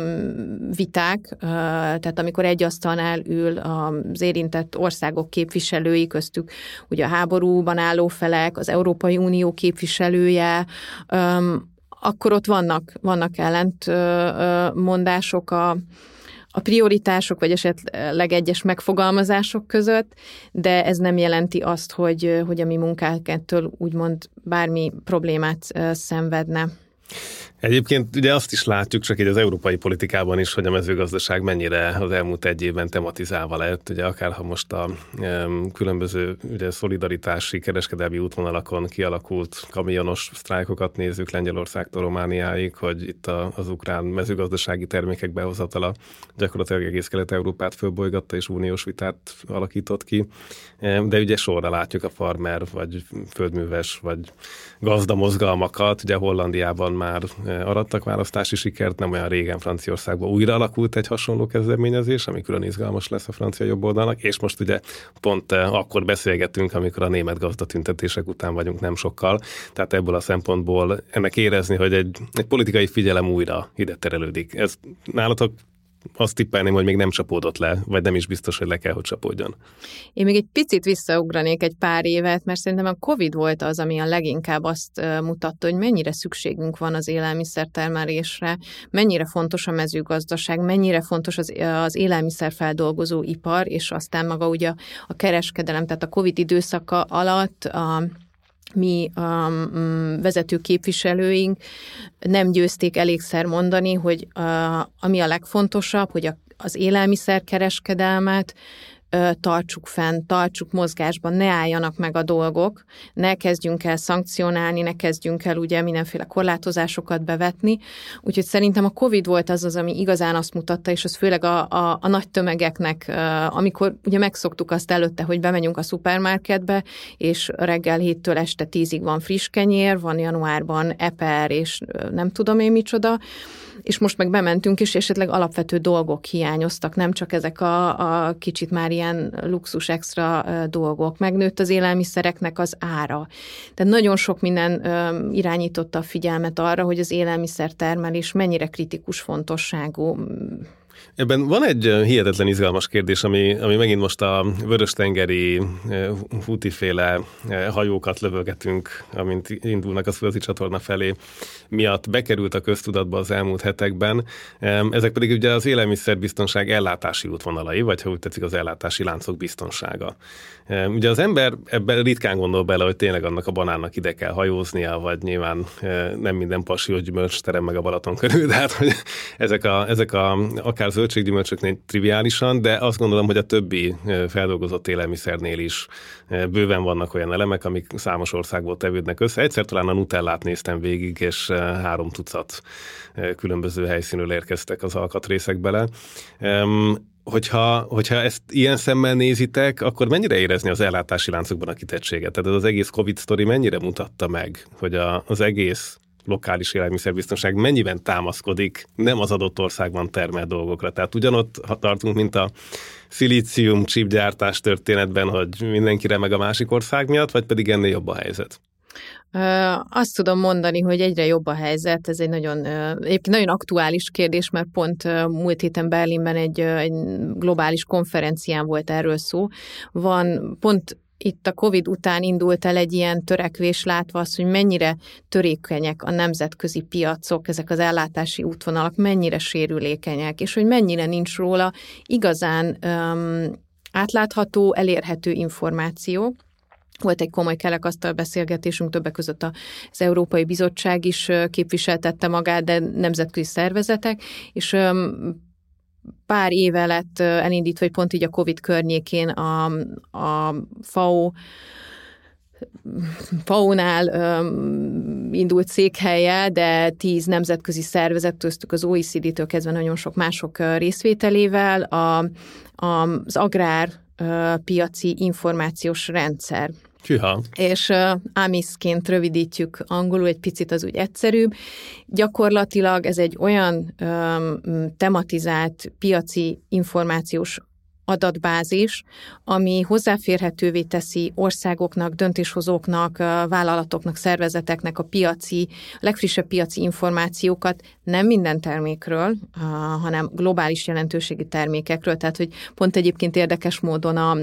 viták, tehát amikor egy asztalnál ül az érintett országok képviselői, köztük ugye a háborúban álló felek, az Európai Unió képviselője, akkor ott vannak, vannak ellentmondások a, a prioritások, vagy esetleg egyes megfogalmazások között, de ez nem jelenti azt, hogy, hogy a mi munkánk ettől úgymond bármi problémát szenvedne. Egyébként ugye azt is látjuk, csak így az európai politikában is, hogy a mezőgazdaság mennyire az elmúlt egy évben tematizálva lett. Ugye akár ha most a um, különböző ugye, szolidaritási kereskedelmi útvonalakon kialakult kamionos sztrájkokat nézzük Lengyelországtól Romániáig, hogy itt a, az ukrán mezőgazdasági termékek behozatala gyakorlatilag egész Kelet-Európát fölbolygatta és uniós vitát alakított ki. De ugye sorra látjuk a farmer, vagy földműves, vagy gazda mozgalmakat. Ugye Hollandiában már arattak választási sikert, nem olyan régen Franciaországban újra alakult egy hasonló kezdeményezés, ami külön izgalmas lesz a francia jobboldalnak, és most ugye pont akkor beszélgetünk, amikor a német gazdatüntetések után vagyunk nem sokkal, tehát ebből a szempontból ennek érezni, hogy egy, egy politikai figyelem újra ide terelődik. Ez nálatok azt tippelném, hogy még nem csapódott le, vagy nem is biztos, hogy le kell, hogy csapódjon. Én még egy picit visszaugranék egy pár évet, mert szerintem a Covid volt az, ami a leginkább azt mutatta, hogy mennyire szükségünk van az élelmiszertermelésre, mennyire fontos a mezőgazdaság, mennyire fontos az, az élelmiszerfeldolgozó ipar, és aztán maga ugye a kereskedelem, tehát a Covid időszaka alatt a mi a vezető képviselőink nem győzték elégszer mondani, hogy a, ami a legfontosabb, hogy a, az élelmiszerkereskedelmet tartsuk fenn, tartsuk mozgásban, ne álljanak meg a dolgok, ne kezdjünk el szankcionálni, ne kezdjünk el ugye mindenféle korlátozásokat bevetni. Úgyhogy szerintem a Covid volt az az, ami igazán azt mutatta, és az főleg a, a, a nagy tömegeknek, amikor ugye megszoktuk azt előtte, hogy bemegyünk a szupermarketbe, és reggel héttől este tízig van friss kenyér, van januárban eper, és nem tudom én micsoda, és most meg bementünk, és esetleg alapvető dolgok hiányoztak, nem csak ezek a, a kicsit már ilyen luxus extra dolgok. Megnőtt az élelmiszereknek az ára. Tehát nagyon sok minden irányította a figyelmet arra, hogy az élelmiszertermelés mennyire kritikus fontosságú. Ebben van egy hihetetlen izgalmas kérdés, ami, ami megint most a vörös-tengeri hútiféle hajókat lövögetünk, amint indulnak a Suezi csatorna felé, miatt bekerült a köztudatba az elmúlt hetekben. Ezek pedig ugye az élelmiszerbiztonság ellátási útvonalai, vagy ha úgy tetszik, az ellátási láncok biztonsága. Ugye az ember ebben ritkán gondol bele, hogy tényleg annak a banánnak ide kell hajóznia, vagy nyilván nem minden passió gyümölcs terem meg a Balaton körül, de hát, hogy ezek a, ezek a akár zöldséggyümölcsöknél triviálisan, de azt gondolom, hogy a többi feldolgozott élelmiszernél is bőven vannak olyan elemek, amik számos országból tevődnek össze. Egyszer talán a Nutellát néztem végig, és három tucat különböző helyszínről érkeztek az alkatrészek bele. Hogyha, hogyha ezt ilyen szemmel nézitek, akkor mennyire érezni az ellátási láncokban a kitettséget? Tehát ez az egész Covid sztori mennyire mutatta meg, hogy a, az egész lokális élelmiszerbiztonság mennyiben támaszkodik nem az adott országban termelt dolgokra. Tehát ugyanott ha tartunk, mint a szilícium csípgyártás történetben, hogy mindenki remeg a másik ország miatt, vagy pedig ennél jobb a helyzet? Azt tudom mondani, hogy egyre jobb a helyzet, ez egy nagyon, egyébként nagyon aktuális kérdés, mert pont múlt héten Berlinben egy, egy globális konferencián volt erről szó. Van pont itt a Covid után indult el egy ilyen törekvés, látva azt, hogy mennyire törékenyek a nemzetközi piacok, ezek az ellátási útvonalak, mennyire sérülékenyek, és hogy mennyire nincs róla igazán um, átlátható, elérhető információ. Volt egy komoly kerekasztal beszélgetésünk, többek között az Európai Bizottság is képviseltette magát, de nemzetközi szervezetek, és pár éve lett elindítva, hogy pont így a Covid környékén a, a FAO FAO-nál um, indult székhelye, de tíz nemzetközi szervezet, köztük az o e cé dé-től kezdve nagyon sok mások részvételével a, a, az agrár uh, piaci információs rendszer. Hűha. És uh, ámiszként rövidítjük angolul, egy picit az úgy egyszerűbb. Gyakorlatilag ez egy olyan um, tematizált piaci információs adatbázis, ami hozzáférhetővé teszi országoknak, döntéshozóknak, vállalatoknak, szervezeteknek a piaci, a legfrissebb piaci információkat nem minden termékről, hanem globális jelentőségi termékekről, tehát hogy pont egyébként érdekes módon a,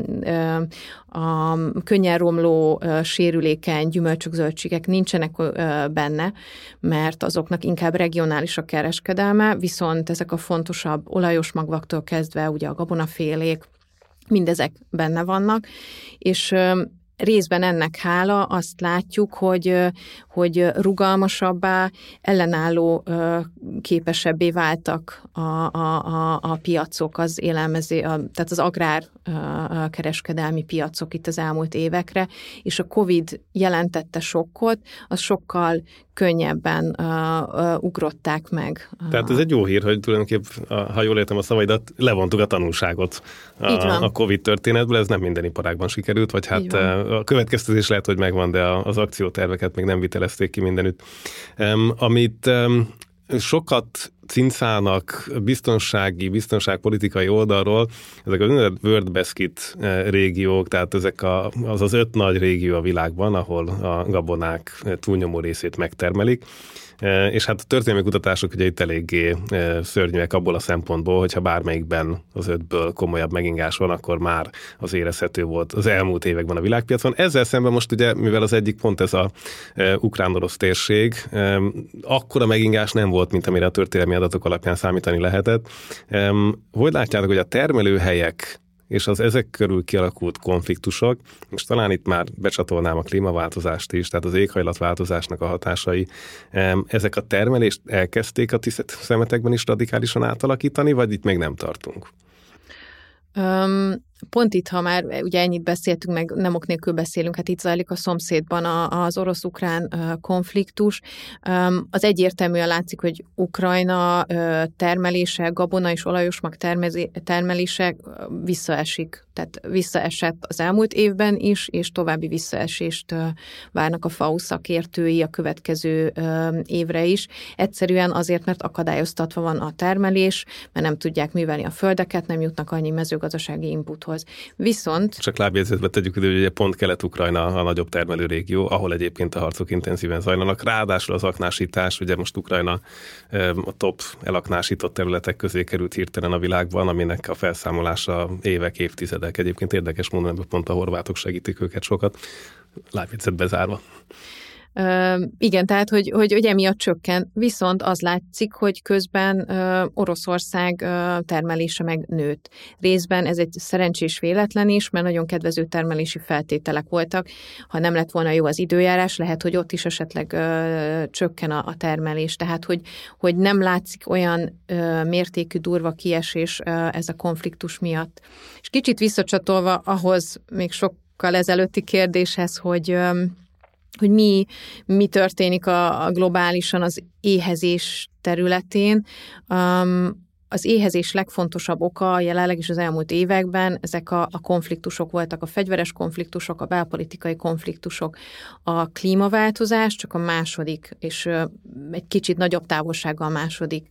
a könnyen romló, sérülékeny gyümölcsök, zöldségek nincsenek benne, mert azoknak inkább regionális a kereskedelme, viszont ezek a fontosabb olajos magvaktól kezdve, ugye a gabonafélék, mindezek benne vannak, és részben ennek hála azt látjuk, hogy, hogy rugalmasabbá, ellenálló képesebbé váltak a, a, a, a piacok, az élelmező, a, tehát az agrár a kereskedelmi piacok itt az elmúlt évekre, és a Covid jelentette sokkot, az sokkal könnyebben uh, uh, ugrották meg. Tehát ez egy jó hír, hogy tulajdonképpen, ha jól értem a szavaidat, levontuk a tanulságot a, a Covid történetből, ez nem minden iparágban sikerült, vagy hát a következtetés lehet, hogy megvan, de az akcióterveket még nem vitelezték ki mindenütt. Um, amit um, sokat cincálnak biztonsági, biztonságpolitikai oldalról, ezek az World Basket régiók, tehát ezek a, az az öt nagy régió a világban, ahol a gabonák túlnyomó részét megtermelik, és hát a történelmi kutatások ugye itt eléggé szörnyűek abból a szempontból, hogyha bármelyikben az ötből komolyabb megingás van, akkor már az érezhető volt az elmúlt években a világpiacon. Ezzel szemben most ugye, mivel az egyik pont ez a ukrán-orosz térség, akkora megingás nem volt, mint amire a történelmi adatok alapján számítani lehetett. Hogy látjátok, hogy a termelőhelyek és az ezek körül kialakult konfliktusok, és talán itt már becsatolnám a klímaváltozást is, tehát az éghajlatváltozásnak a hatásai, ezek a termelést elkezdték a ti szemetekben is radikálisan átalakítani, vagy itt még nem tartunk? Um, pont itt, ha már ugye ennyit beszéltünk, meg nem ok nélkül beszélünk, hát itt zajlik a szomszédban a, az orosz-ukrán uh, konfliktus. Um, az egyértelműen látszik, hogy Ukrajna uh, termelése, gabona és olajos mag termelése uh, visszaesik. Tehát visszaesett az elmúlt évben is, és további visszaesést uh, várnak a FAO szakértői a következő uh, évre is. Egyszerűen azért, mert akadályoztatva van a termelés, mert nem tudják művelni a földeket, nem jutnak annyi mezőgazdasági inputhoz. Viszont... Csak lábjegyzetbe tegyük, hogy ugye pont Kelet-Ukrajna a nagyobb termelő régió, ahol egyébként a harcok intenzíven zajlanak. Ráadásul az aknásítás, ugye most Ukrajna a top elaknásított területek közé került hirtelen a világban, aminek a felszámolása évek, évtizedek. Egyébként érdekes módon, ebben pont a horvátok segítik őket sokat. Lábjegyzetbe zárva. Uh, igen, tehát, hogy, hogy, hogy emiatt csökken, viszont az látszik, hogy közben uh, Oroszország uh, termelése meg nőtt. Részben ez egy szerencsés véletlen is, mert nagyon kedvező termelési feltételek voltak. Ha nem lett volna jó az időjárás, lehet, hogy ott is esetleg uh, csökken a, a termelés. Tehát, hogy, hogy nem látszik olyan uh, mértékű durva kiesés uh, ez a konfliktus miatt. És kicsit visszacsatolva ahhoz még sokkal ezelőtti kérdéshez, hogy um, hogy mi, mi történik a, a globálisan az éhezés területén. Um, az éhezés legfontosabb oka jelenleg is az elmúlt években ezek a, a konfliktusok voltak, a fegyveres konfliktusok, a belpolitikai konfliktusok, a klímaváltozás, csak a második, és uh, egy kicsit nagyobb távolsággal a második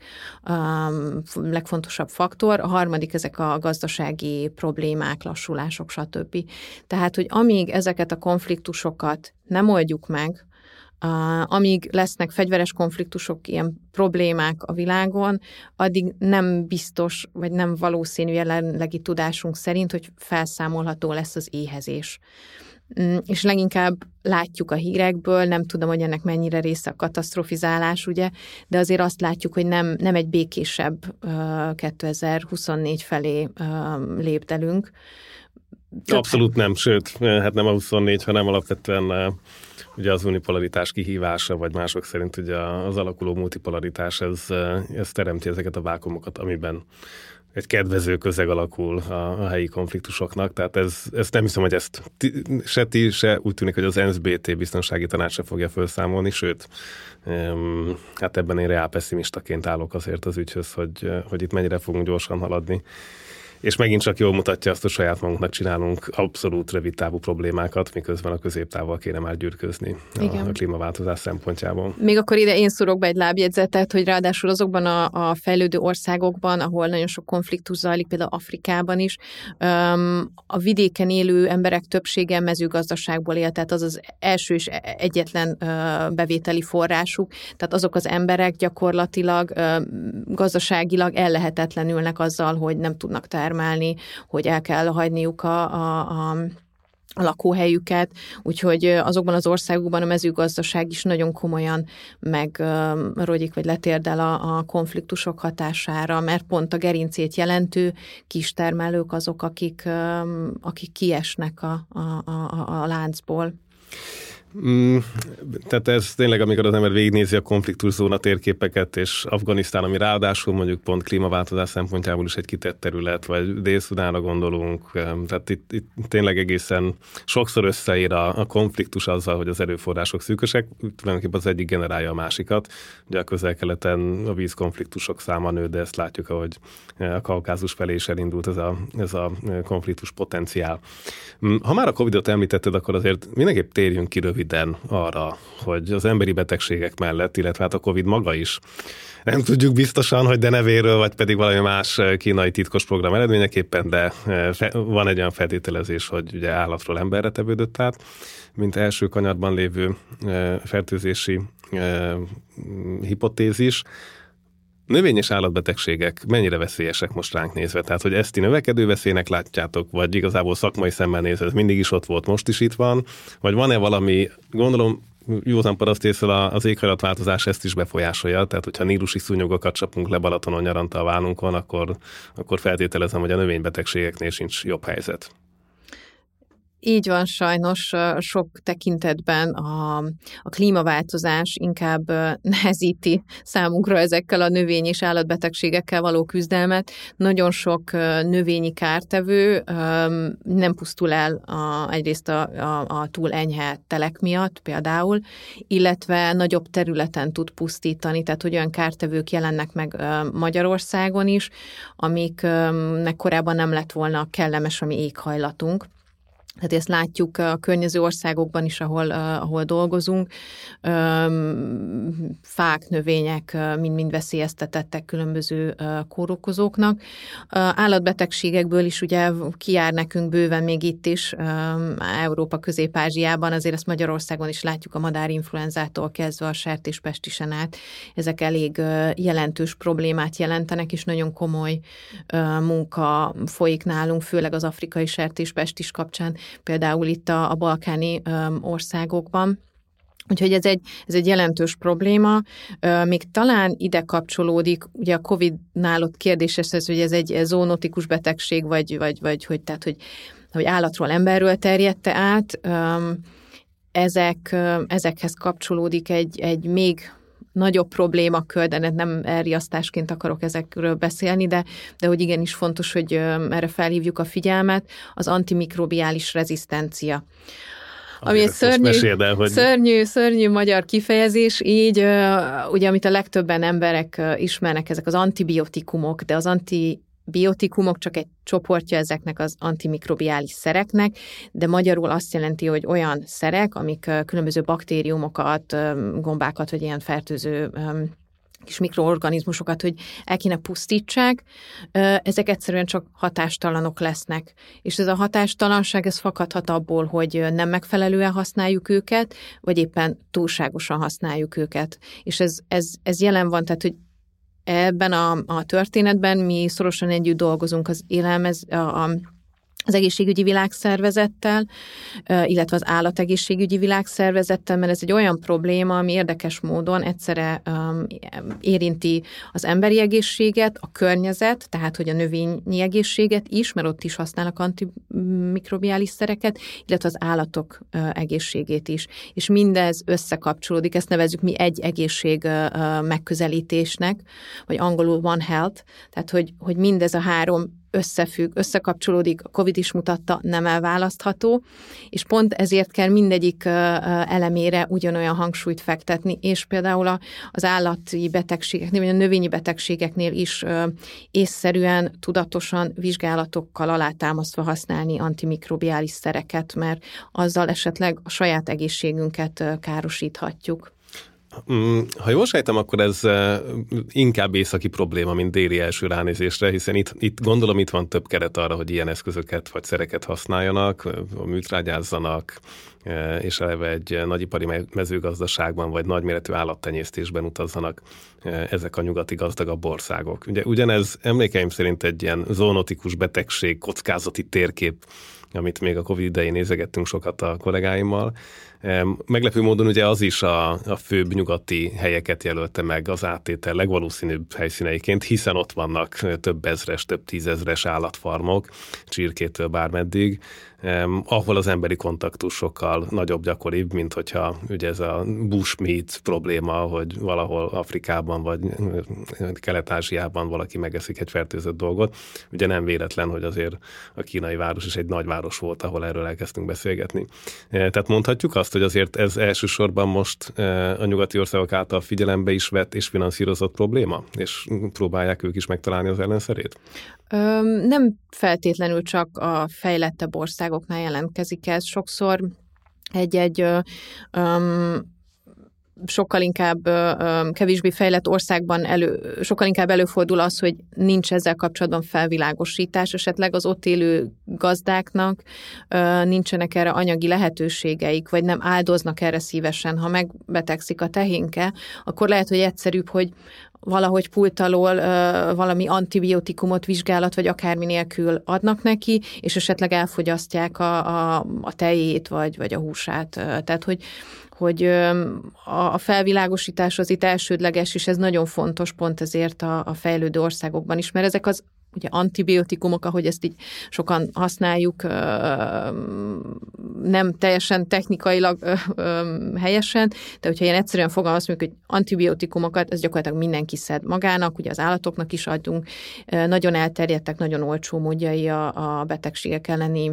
um, legfontosabb faktor, a harmadik ezek a gazdasági problémák, lassulások, stb. Tehát, hogy amíg ezeket a konfliktusokat nem oldjuk meg, Uh, amíg lesznek fegyveres konfliktusok, ilyen problémák a világon, addig nem biztos, vagy nem valószínű jelenlegi tudásunk szerint, hogy felszámolható lesz az éhezés. Mm, és leginkább látjuk a hírekből, nem tudom, hogy ennek mennyire része a katasztrofizálás, ugye, de azért azt látjuk, hogy nem, nem egy békésebb uh, kétezer-huszonnégy felé uh, lépdelünk. Abszolút nem, sőt, hát nem a huszonnégy, hanem alapvetően ugye az unipolaritás kihívása, vagy mások szerint ugye az alakuló multipolaritás, ez, ez teremti ezeket a vákumokat, amiben egy kedvező közeg alakul a, a helyi konfliktusoknak, tehát ez, ez nem hiszem, hogy ezt se ti, se úgy tűnik, hogy az en es bé té biztonsági tanács se fogja felszámolni, sőt, hát ebben én reál pessimistaként állok azért az ügyhöz, hogy, hogy itt mennyire fogunk gyorsan haladni. És megint csak jól mutatja azt, hogy saját magunknak csinálunk abszolút rövid távú problémákat, miközben a középtávval kéne már gyűrközni a, a klímaváltozás szempontjából. Még akkor ide én szúrok be egy lábjegyzetet, hogy ráadásul azokban a, a fejlődő országokban, ahol nagyon sok konfliktus zajlik, például Afrikában is, öm, a vidéken élő emberek többsége mezőgazdaságból él, tehát az az első és egyetlen ö, bevételi forrásuk, tehát azok az emberek gyakorlatilag ö, gazdaságilag ellehetetlenülnek azzal, hogy nem tudnak termelni, hogy el kell hagyniuk a, a, a a lakóhelyüket, úgyhogy azokban az országokban a mezőgazdaság is nagyon komolyan megrogyik, vagy letérdel a, a konfliktusok hatására, mert pont a gerincét jelentő kistermelők azok, akik, akik kiesnek a, a, a, a láncból. Mm, tehát ez tényleg, amikor az ember végignézi a konfliktuszóna térképeket, és Afganisztán, ami ráadásul mondjuk pont klímaváltozás szempontjából is egy kitett terület, vagy Dél-Szudánra gondolunk, tehát itt, itt tényleg egészen sokszor összeér a, a konfliktus azzal, hogy az erőforrások szűkösek, tulajdonképpen az egyik generálja a másikat. Ugye a Közel-Keleten a vízkonfliktusok száma nő, de ezt látjuk, ahogy a Kaukázus felé is elindult ez a, ez a konfliktus potenciál. Ha már a Covidot említetted, akkor azért mindenképp térjünk ki röviden arra, hogy az emberi betegségek mellett, illetve hát a Covid maga is, nem tudjuk biztosan, hogy Denevéről, vagy pedig valami más kínai titkos program eredményeképpen, de van egy olyan feltételezés, hogy ugye állatról emberre tevődött át, mint első kanyarban lévő fertőzési hipotézis. Növény- és állatbetegségek mennyire veszélyesek most ránk nézve? Tehát, hogy ezt ti növekedő veszélynek látjátok, vagy igazából szakmai szemmel nézve, ez mindig is ott volt, most is itt van, vagy van-e valami, gondolom, józan parasztészre az éghajlatváltozás ezt is befolyásolja, tehát hogyha nílusi szúnyogokat csapunk le Balatonon nyaranta a vállunkon, akkor, akkor feltételezem, hogy a növénybetegségeknél sincs jobb helyzet. Így van, sajnos sok tekintetben a, a klímaváltozás inkább nehezíti számunkra ezekkel a növény- és állatbetegségekkel való küzdelmet. Nagyon sok növényi kártevő nem pusztul el a, egyrészt a, a, a túl enyhe telek miatt például, illetve nagyobb területen tud pusztítani, tehát hogy olyan kártevők jelennek meg Magyarországon is, amiknek korábban nem lett volna kellemes a mi éghajlatunk. Tehát ezt látjuk a környező országokban is, ahol, ahol dolgozunk. Fák, növények mind-mind veszélyeztetettek különböző kórokozóknak. Állatbetegségekből is ugye kijár nekünk bőven még itt is, Európa, Közép-Ázsiában, azért ezt Magyarországon is látjuk a madárinfluenzától kezdve a sertéspestisen át. Ezek elég jelentős problémát jelentenek, és nagyon komoly munka folyik nálunk, főleg az afrikai sertéspestis kapcsán, például itt a, a balkáni öm, országokban. Úgyhogy ez egy, ez egy jelentős probléma. Még talán ide kapcsolódik, ugye a Covid-nál ott kérdéses ez, hogy ez egy zoonotikus betegség, vagy, vagy, vagy hogy, tehát, hogy, hogy állatról emberről terjedte át. Ezek, ezekhez kapcsolódik egy, egy még nagyobb problémakör, de nem elriasztásként akarok ezekről beszélni, de, de hogy igenis fontos, hogy erre felhívjuk a figyelmet, az antimikrobiális rezisztencia. Ami egy szörnyű, el, hogy... szörnyű, szörnyű magyar kifejezés, így ugye, amit a legtöbben emberek ismernek, ezek az antibiotikumok, de az anti biotikumok csak egy csoportja ezeknek az antimikrobiális szereknek, de magyarul azt jelenti, hogy olyan szerek, amik különböző baktériumokat, gombákat, vagy ilyen fertőző kis mikroorganizmusokat, hogy el kéne pusztítsák, ezek egyszerűen csak hatástalanok lesznek. És ez a hatástalanság, ez fakadhat abból, hogy nem megfelelően használjuk őket, vagy éppen túlságosan használjuk őket. És ez, ez, ez jelen van, tehát, hogy ebben a, a történetben mi szorosan együtt dolgozunk az élelmez, a, a, az egészségügyi világszervezettel, illetve az állategészségügyi világszervezettel, mert ez egy olyan probléma, ami érdekes módon egyszerre um, érinti az emberi egészséget, a környezet, tehát hogy a növényi egészséget is, mert ott is használnak antimikrobiális szereket, illetve az állatok uh, egészségét is. És mindez összekapcsolódik, ezt nevezzük mi egy egészség uh, megközelítésnek, vagy angolul One Health, tehát hogy, hogy mindez a három összefügg, összekapcsolódik, a Covid is mutatta, nem elválasztható, és pont ezért kell mindegyik elemére ugyanolyan hangsúlyt fektetni, és például az állati betegségeknél, vagy a növényi betegségeknél is észszerűen, tudatosan, vizsgálatokkal alátámasztva használni antimikrobiális szereket, mert azzal esetleg a saját egészségünket károsíthatjuk. Ha jól sejtem, akkor ez inkább északi probléma, mint déli első ránézésre, hiszen itt, itt gondolom itt van több keret arra, hogy ilyen eszközöket vagy szereket használjanak, műtrágyázzanak, és eleve egy nagyipari mezőgazdaságban vagy nagyméretű állattenyésztésben utazzanak ezek a nyugati gazdagabb országok. Ugye ugyanez emlékeim szerint egy ilyen zoonotikus betegség kockázati térkép, amit még a Covid idején nézegettünk sokat a kollégáimmal. Meglepő módon ugye az is a, a főbb nyugati helyeket jelölte meg az áttétel legvalószínűbb helyszíneiként, hiszen ott vannak több ezres, több tízezres állatfarmok, csirkétől bármeddig, eh, ahol az emberi kontaktus sokkal nagyobb, gyakoribb, mint hogyha ugye ez a bushmeat probléma, hogy valahol Afrikában vagy Kelet-Ázsiában valaki megeszik egy fertőzött dolgot. Ugye nem véletlen, hogy azért a kínai város is egy nagyváros volt, ahol erről elkezdtünk beszélgetni. Eh, tehát mondhatjuk azt, hogy azért ez elsősorban most a nyugati országok által figyelembe is vett és finanszírozott probléma, és próbálják ők is megtalálni az ellenszerét? Öm, nem feltétlenül csak a fejlettebb országoknál jelentkezik ez. Sokszor egy-egy öm, sokkal inkább ö, kevésbé fejlett országban elő, sokkal inkább előfordul az, hogy nincs ezzel kapcsolatban felvilágosítás, esetleg az ott élő gazdáknak ö, nincsenek erre anyagi lehetőségeik, vagy nem áldoznak erre szívesen. Ha megbetegszik a tehénke, akkor lehet, hogy egyszerűbb, hogy valahogy pult alól ö, valami antibiotikumot, vizsgálat, vagy akármi nélkül adnak neki, és esetleg elfogyasztják a, a, a tejét, vagy, vagy a húsát. Tehát, hogy hogy a felvilágosítás az itt elsődleges, és ez nagyon fontos pont ezért a, a fejlődő országokban is, mert ezek az ugye antibiotikumok, ahogy ezt így sokan használjuk, nem teljesen technikailag helyesen, de hogyha ilyen egyszerűen fogalmazunk, hogy antibiotikumokat, ez gyakorlatilag mindenki szed magának, ugye az állatoknak is adjunk, nagyon elterjedtek, nagyon olcsó módjai a, a betegségek elleni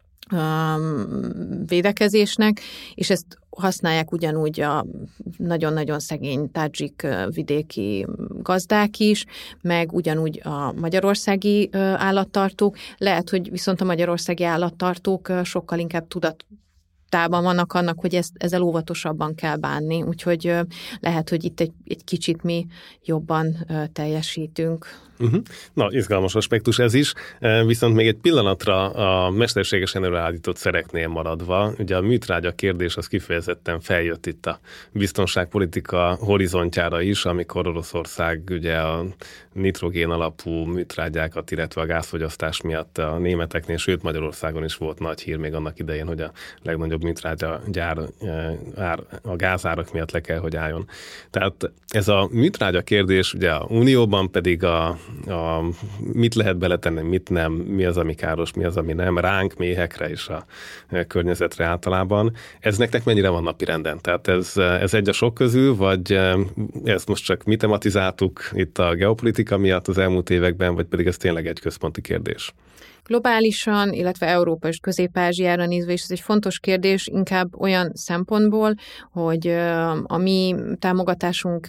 védekezésnek, és ezt használják ugyanúgy a nagyon-nagyon szegény tádzsik vidéki gazdák is, meg ugyanúgy a magyarországi állattartók. Lehet, hogy viszont a magyarországi állattartók sokkal inkább tudat tában vannak annak, hogy ezt, ezzel óvatosabban kell bánni, úgyhogy lehet, hogy itt egy, egy kicsit mi jobban teljesítünk. Uh-huh. Na, izgalmas aspektus ez is, viszont még egy pillanatra a mesterségesen előállított szereknél maradva, ugye a műtrágya kérdés az kifejezetten feljött itt a biztonságpolitika horizontjára is, amikor Oroszország ugye a nitrogén alapú műtrágyákat, illetve a gázfogyasztás miatt a németeknél, sőt Magyarországon is volt nagy hír még annak idején, hogy a legnagyobb műtrágya gyár ár, a gázárak miatt le kell, hogy álljon. Tehát ez a műtrágya kérdés, ugye a Unióban pedig a A, mit lehet beletenni, mit nem, mi az, ami káros, mi az, ami nem, ránk, méhekre és a környezetre általában. Ez nektek mennyire van napirenden? Tehát ez, ez egy a sok közül, vagy ezt most csak mi tematizáltuk itt a geopolitika miatt az elmúlt években, vagy pedig ez tényleg egy központi kérdés? Globálisan, illetve Európa és Közép-Ázsiára nézve is ez egy fontos kérdés, inkább olyan szempontból, hogy a mi támogatásunk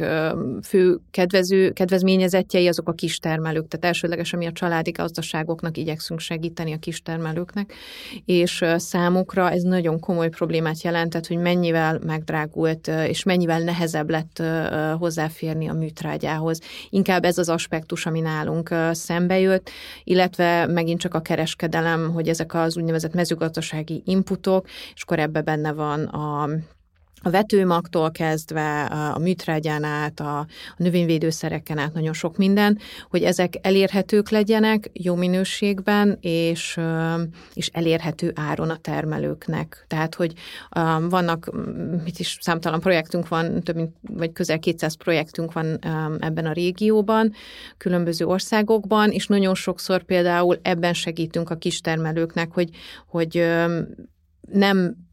fő kedvező, kedvezményezettjei azok a kistermelők, tehát elsődleges, ami a családi gazdaságoknak igyekszünk segíteni a kistermelőknek, és számukra ez nagyon komoly problémát jelentett, hogy mennyivel megdrágult, és mennyivel nehezebb lett hozzáférni a műtrágyához. Inkább ez az aspektus, ami nálunk szembe jött, illetve megint csak a kereskedelem, hogy ezek az úgynevezett mezőgazdasági inputok, és akkor ebbe benne van a A vetőmagtól kezdve, a műtrágyán át, a, a növényvédőszereken át nagyon sok minden, hogy ezek elérhetők legyenek jó minőségben, és, és elérhető áron a termelőknek. Tehát, hogy vannak, mit is számtalan projektünk van, több mint, vagy közel kétszáz projektünk van ebben a régióban, különböző országokban, és nagyon sokszor például ebben segítünk a kistermelőknek, hogy, hogy nem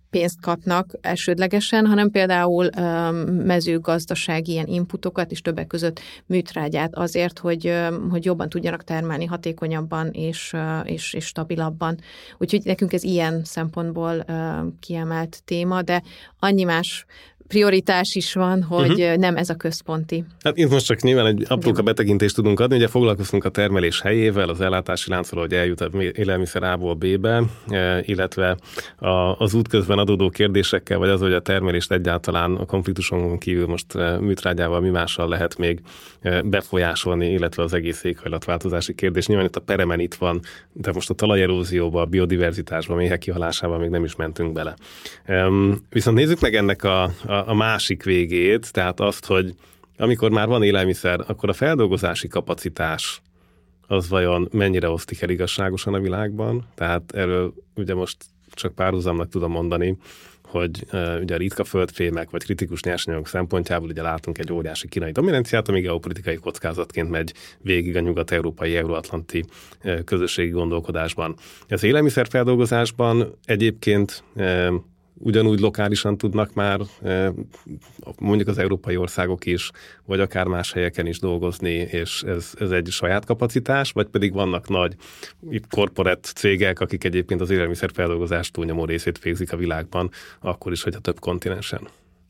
pénzt kapnak elsődlegesen, hanem például mezőgazdasági ilyen inputokat, és többek között műtrágyát azért, hogy, hogy jobban tudjanak termelni, hatékonyabban és, és, és stabilabban. Úgyhogy nekünk ez ilyen szempontból kiemelt téma, de annyi más prioritás is van, hogy uh-huh. nem ez a központi. Hát itt most csak nyilván egy apróka betekintést tudunk adni, ugye foglalkoztunk a termelés helyével, az ellátási láncról, hogy eljut az élelmiszer A-ból B-be, illetve az útközben adódó kérdésekkel, vagy az, hogy a termelést egyáltalán a konfliktuson kívül most műtrágyával mi mással lehet még befolyásolni, illetve az egész éghajlatváltozási kérdés. Nyilván itt a peremen itt van, de most a talajerózióba, a biodiverzitásba, méhek kihalásában még nem is mentünk bele. Viszont nézzük meg ennek a, a a másik végét, tehát azt, hogy amikor már van élelmiszer, akkor a feldolgozási kapacitás az vajon mennyire osztik el igazságosan a világban? Tehát erről ugye most csak párhuzamnak tudom mondani, hogy uh, ugye a ritka földfémek vagy kritikus nyersanyagok szempontjából ugye látunk egy óriási kínai dominanciát, ami geopolitikai kockázatként megy végig a nyugat-európai, euróatlanti uh, közösségi gondolkodásban. Az élelmiszerfeldolgozásban egyébként uh, ugyanúgy lokálisan tudnak már mondjuk az európai országok is, vagy akár más helyeken is dolgozni, és ez, ez egy saját kapacitás, vagy pedig vannak nagy korporát cégek, akik egyébként az élelmiszerfeldolgozás túlnyomó részét végzik a világban, akkor is, hogy a több kontinensen.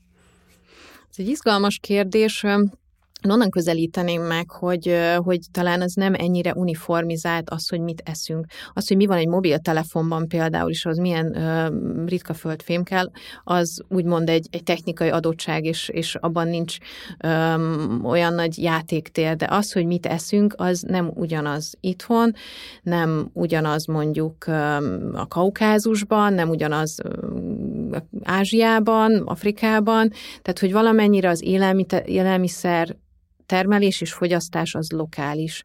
Ez egy izgalmas kérdés. Onnan közelíteném meg, hogy, hogy talán az nem ennyire uniformizált az, hogy mit eszünk. Az, hogy mi van egy mobiltelefonban például, és az milyen uh, ritka földfém kell, az úgymond egy, egy technikai adottság, és, és abban nincs um, olyan nagy játéktér, de az, hogy mit eszünk, az nem ugyanaz itthon, nem ugyanaz mondjuk um, a Kaukázusban, nem ugyanaz um, Ázsiában, Afrikában, tehát, hogy valamennyire az élelmiszer termelés és fogyasztás az lokális.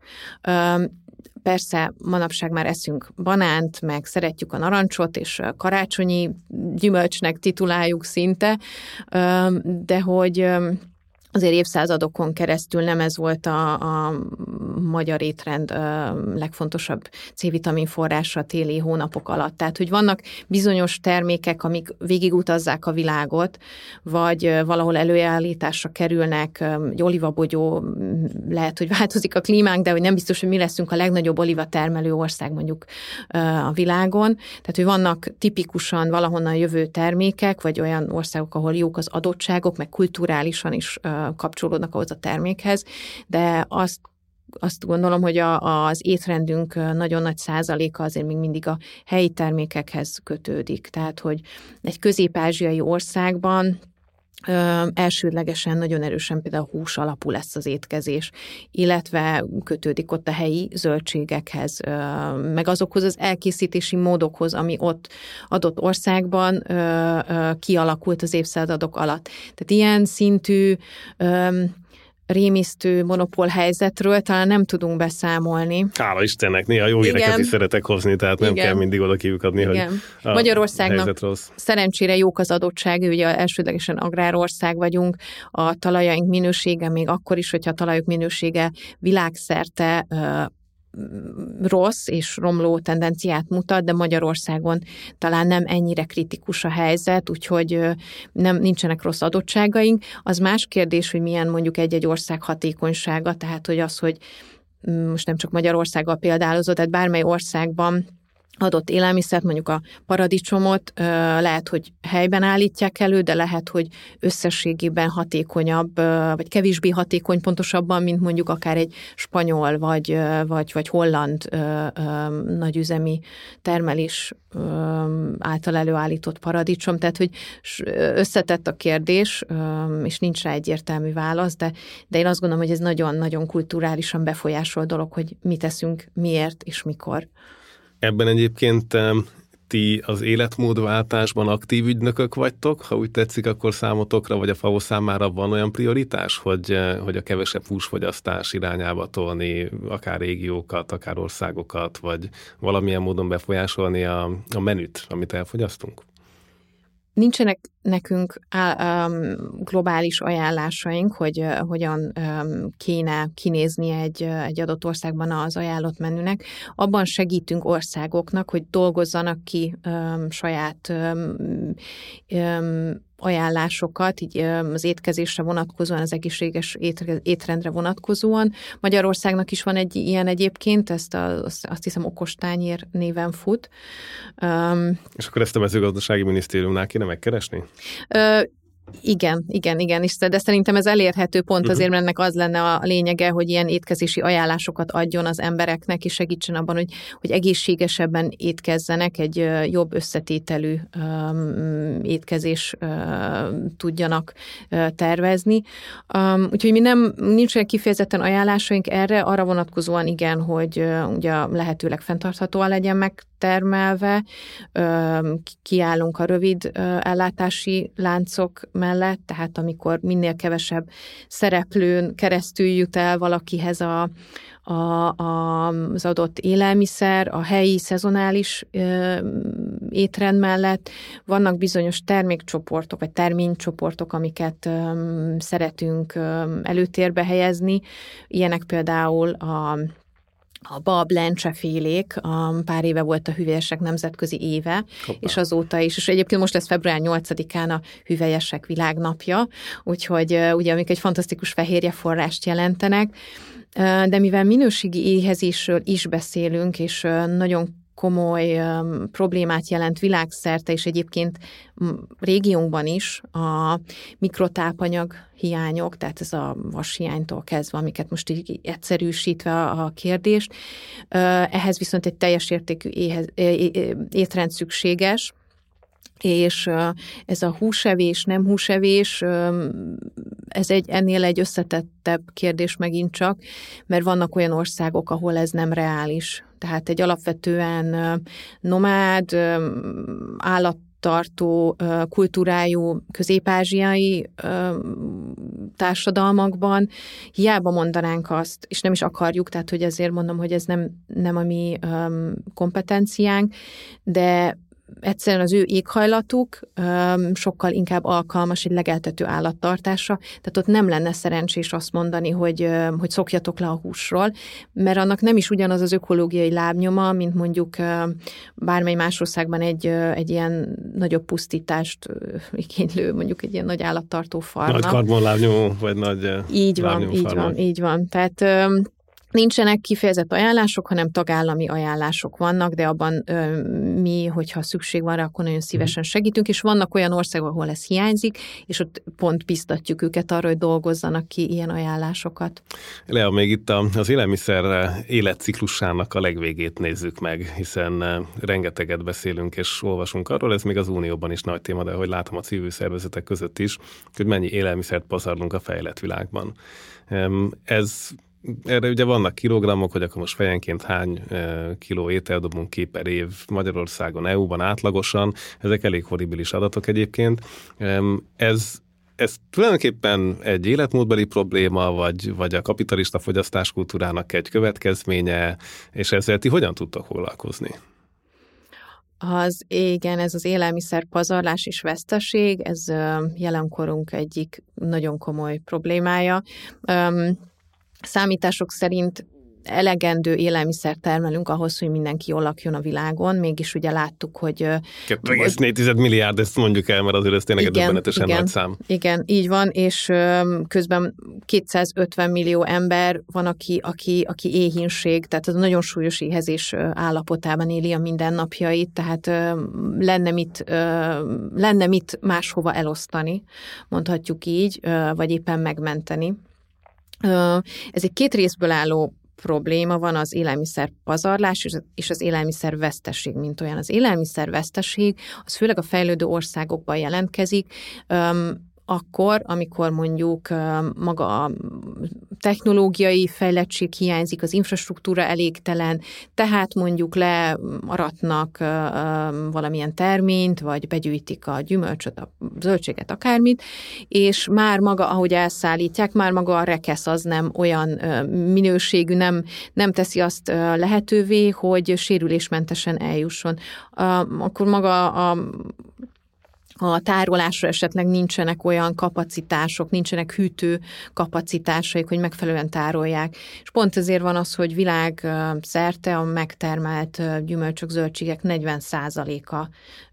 Persze manapság már eszünk banánt, meg szeretjük a narancsot, és karácsonyi gyümölcsnek tituláljuk szinte, de hogy azért évszázadokon keresztül nem ez volt a, a magyar étrend legfontosabb C-vitamin forrása a téli hónapok alatt. Tehát, hogy vannak bizonyos termékek, amik végigutazzák a világot, vagy valahol előállításra kerülnek, egy olivabogyó, lehet, hogy változik a klímánk, de hogy nem biztos, hogy mi leszünk a legnagyobb oliva termelő ország mondjuk a világon. Tehát, hogy vannak tipikusan valahonnan jövő termékek, vagy olyan országok, ahol jók az adottságok, meg kulturálisan is kapcsolódnak ahhoz a termékhez, de azt, azt gondolom, hogy a, az étrendünk nagyon nagy százaléka azért még mindig a helyi termékekhez kötődik. Tehát, hogy egy közép-ázsiai országban Ö, elsődlegesen nagyon erősen például hús alapú lesz az étkezés, illetve kötődik ott a helyi zöldségekhez, ö, meg azokhoz az elkészítési módokhoz, ami ott adott országban ö, ö, kialakult az évszázadok alatt. Tehát ilyen szintű ö, rémisztő monopól helyzetről talán nem tudunk beszámolni. Hála Istennek, néha jó híreket is szeretek hozni, tehát nem Igen. kell mindig oda kiukadni, Igen. hogy a Magyarországnak szerencsére jók az adottságai, ugye elsődlegesen agrárország vagyunk, a talajaink minősége még akkor is, hogyha a talajok minősége világszerte rossz és romló tendenciát mutat, de Magyarországon talán nem ennyire kritikus a helyzet, úgyhogy nem, nincsenek rossz adottságaink. Az más kérdés, hogy milyen mondjuk egy-egy ország hatékonysága, tehát hogy az, hogy most nem csak Magyarországgal példálozott, tehát bármely országban adott élelmiszert, mondjuk a paradicsomot, lehet, hogy helyben állítják elő, de lehet, hogy összességében hatékonyabb, vagy kevésbé hatékony pontosabban, mint mondjuk akár egy spanyol, vagy, vagy, vagy holland nagyüzemi termelés által előállított paradicsom. Tehát, hogy összetett a kérdés, és nincs rá egyértelmű válasz, de, de én azt gondolom, hogy ez nagyon-nagyon kulturálisan befolyásol dolog, hogy mit teszünk, miért és mikor. Ebben egyébként ti az életmódváltásban aktív ügynökök vagytok, ha úgy tetszik, akkor számotokra vagy a FAO számára van olyan prioritás, hogy, hogy a kevesebb húsfogyasztás irányába tolni akár régiókat, akár országokat, vagy valamilyen módon befolyásolni a, a menüt, amit elfogyasztunk? Nincsenek nekünk globális ajánlásaink, hogy hogyan kéne kinézni egy, egy adott országban az ajánlott menünek. Abban segítünk országoknak, hogy dolgozzanak ki saját ajánlásosokat, így az étkezésre vonatkozóan, az egészséges étrendre vonatkozóan. Magyarországnak is van egy ilyen egyébként, ezt a, azt hiszem okostányér néven fut. És akkor ezt a mezőgazdasági minisztériumnál kéne megkeresni? Ö, Igen, igen, igen, és de szerintem ez elérhető pont azért, mert ennek az lenne a lényege, hogy ilyen étkezési ajánlásokat adjon az embereknek, és segítsen abban, hogy, hogy egészségesebben étkezzenek, egy jobb összetételű um, étkezés um, tudjanak uh, tervezni. Um, úgyhogy mi nem, nincsenek kifejezetten ajánlásaink erre, arra vonatkozóan igen, hogy uh, ugye lehetőleg fenntarthatóan legyen megtermelve, um, kiállunk a rövid uh, ellátási láncok mellett, tehát amikor minél kevesebb szereplőn keresztül jut el valakihez a, a, a, az adott élelmiszer, a helyi, szezonális ö, étrend mellett. Vannak bizonyos termékcsoportok, vagy terménycsoportok, amiket ö, szeretünk ö, előtérbe helyezni. Ilyenek például a A bab lencsefélék, pár éve volt a hüvelyesek nemzetközi éve, Hoppá. és azóta is, és egyébként most lesz február nyolcadikán a hüvelyesek világnapja, úgyhogy ugye amik egy fantasztikus fehérjeforrást jelentenek, de mivel minőségi éhezésről is beszélünk, és nagyon komoly um, problémát jelent világszerte, és egyébként régiónkban is a mikrotápanyag hiányok, tehát ez a vashiánytól kezdve, amiket most így egyszerűsítve a kérdést. Ehhez viszont egy teljes értékű éhez, étrend szükséges, és ez a húsevés, nem húsevés, ez egy, ennél egy összetettebb kérdés megint csak, mert vannak olyan országok, ahol ez nem reális. Tehát egy alapvetően nomád, állattartó kultúrájú közép-ázsiai társadalmakban hiába mondanánk azt, és nem is akarjuk, tehát hogy ezért mondom, hogy ez nem, nem a mi kompetenciánk, de egyszerűen az ő éghajlatuk um, sokkal inkább alkalmas egy legeltető állattartásra, tehát ott nem lenne szerencsés azt mondani, hogy, um, hogy szokjatok le a húsról, mert annak nem is ugyanaz az ökológiai lábnyoma, mint mondjuk um, bármely más országban egy, uh, egy ilyen nagyobb pusztítást uh, igénylő, mondjuk egy ilyen nagy állattartó farmnak. Nagy karbonlábnyomó, vagy nagy uh, Így van, így van, így van. Tehát um, nincsenek kifejezett ajánlások, hanem tagállami ajánlások vannak, de abban ö, mi, hogyha szükség van rá, akkor nagyon szívesen segítünk, és vannak olyan országok, ahol ez hiányzik, és ott pont biztatjuk őket arra, hogy dolgozzanak ki ilyen ajánlásokat. Lea, még itt az élelmiszer életciklusának a legvégét nézzük meg, hiszen rengeteget beszélünk és olvasunk arról, ez még az Unióban is nagy téma, de ahogy látom a civil szervezetek között is, hogy mennyi élelmiszert pazarlunk a fejlett világban. Ez Erre ugye vannak kilogrammok, hogy akkor most fejenként hány e, kiló étel dobunk ki per év Magyarországon, é u-ban átlagosan. Ezek elég horribilis adatok egyébként. E, ez, ez tulajdonképpen egy életmódbeli probléma, vagy, vagy a kapitalista fogyasztáskultúrának egy következménye, és ezzel ti hogyan tudtok foglalkozni? Az igen, ez az élelmiszer pazarlás és veszteség, ez jelenkorunk egyik nagyon komoly problémája. Számítások szerint elegendő élelmiszer termelünk ahhoz, hogy mindenki jól lakjon a világon, mégis ugye láttuk, hogy... kettő egész négy milliárd, ezt mondjuk el, mert azért ez tényleg egy döbbenetesen nagy szám. Igen, így van, és közben kétszázötven millió ember van, aki, aki, aki éhínség, tehát az nagyon súlyos éhezés állapotában éli a mindennapjait, tehát lenne mit, lenne mit máshova elosztani, mondhatjuk így, vagy éppen megmenteni. Ez egy két részből álló probléma van, az élelmiszer pazarlás és az élelmiszer veszteség, mint olyan. Az élelmiszer veszteség az főleg a fejlődő országokban jelentkezik, akkor, amikor mondjuk maga a technológiai fejlettség hiányzik, az infrastruktúra elégtelen, tehát mondjuk learatnak valamilyen terményt, vagy begyűjtik a gyümölcsöt, a zöldséget, akármit, és már maga, ahogy elszállítják, már maga a rekesz az nem olyan minőségű, nem, nem teszi azt lehetővé, hogy sérülésmentesen eljusson. Akkor maga a a tárolásra esetleg nincsenek olyan kapacitások, nincsenek hűtő kapacitásaik, hogy megfelelően tárolják. És pont ezért van az, hogy világ szerte a megtermelt gyümölcsök, zöldségek negyven százaléka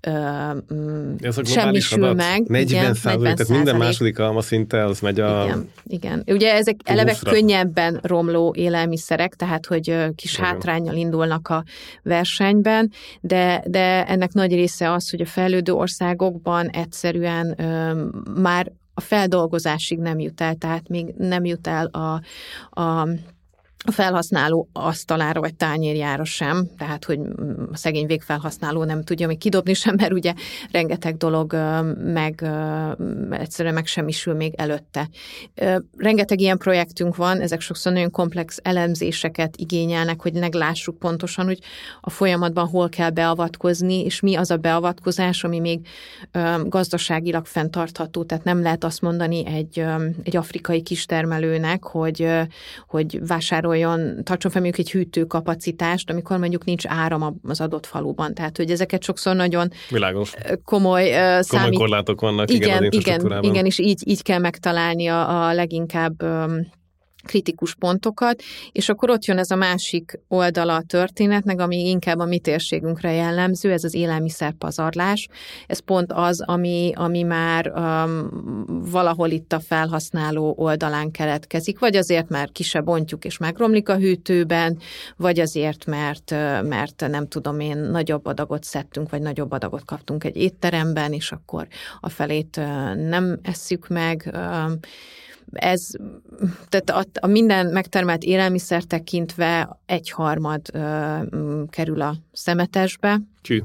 semmisül meg. negyven százalék, tehát minden második alma szinte az megy a... Igen, igen. Ugye ezek eleve könnyebben romló élelmiszerek, tehát hogy kis igen. hátránnyal indulnak a versenyben, de, de ennek nagy része az, hogy a fejlődő országokban egyszerűen ö, már a feldolgozásig nem jut el, tehát még nem jut el a, a a felhasználó asztalára vagy tányérjára sem, tehát hogy a szegény végfelhasználó nem tudja még kidobni sem, mert ugye rengeteg dolog meg egyszerűen megsemmisül még előtte. Rengeteg ilyen projektünk van, ezek sokszor nagyon komplex elemzéseket igényelnek, hogy meglássuk pontosan, hogy a folyamatban hol kell beavatkozni, és mi az a beavatkozás, ami még gazdaságilag fenntartható, tehát nem lehet azt mondani egy, egy afrikai kistermelőnek, hogy, hogy vásárol olyan, tartson fel mondjuk egy hűtőkapacitást, amikor mondjuk nincs áram az adott faluban. Tehát, hogy ezeket sokszor nagyon világos. komoly uh, számít... Komoly korlátok vannak, igen, igen az infrastruktúrában. Igen, igen, és így, így kell megtalálni a, a leginkább um, kritikus pontokat, és akkor ott jön ez a másik oldala a történetnek, ami inkább a mi térségünkre jellemző, ez az élelmiszerpazarlás. Ez pont az, ami, ami már um, valahol itt a felhasználó oldalán keletkezik, vagy azért, mert ki se bontjuk és megromlik a hűtőben, vagy azért, mert, mert nem tudom én, nagyobb adagot szedtünk, vagy nagyobb adagot kaptunk egy étteremben, és akkor a felét nem esszük meg. Ez, tehát a, a minden megtermelt élelmiszer tekintve egyharmad ö, kerül a szemetesbe. Csű.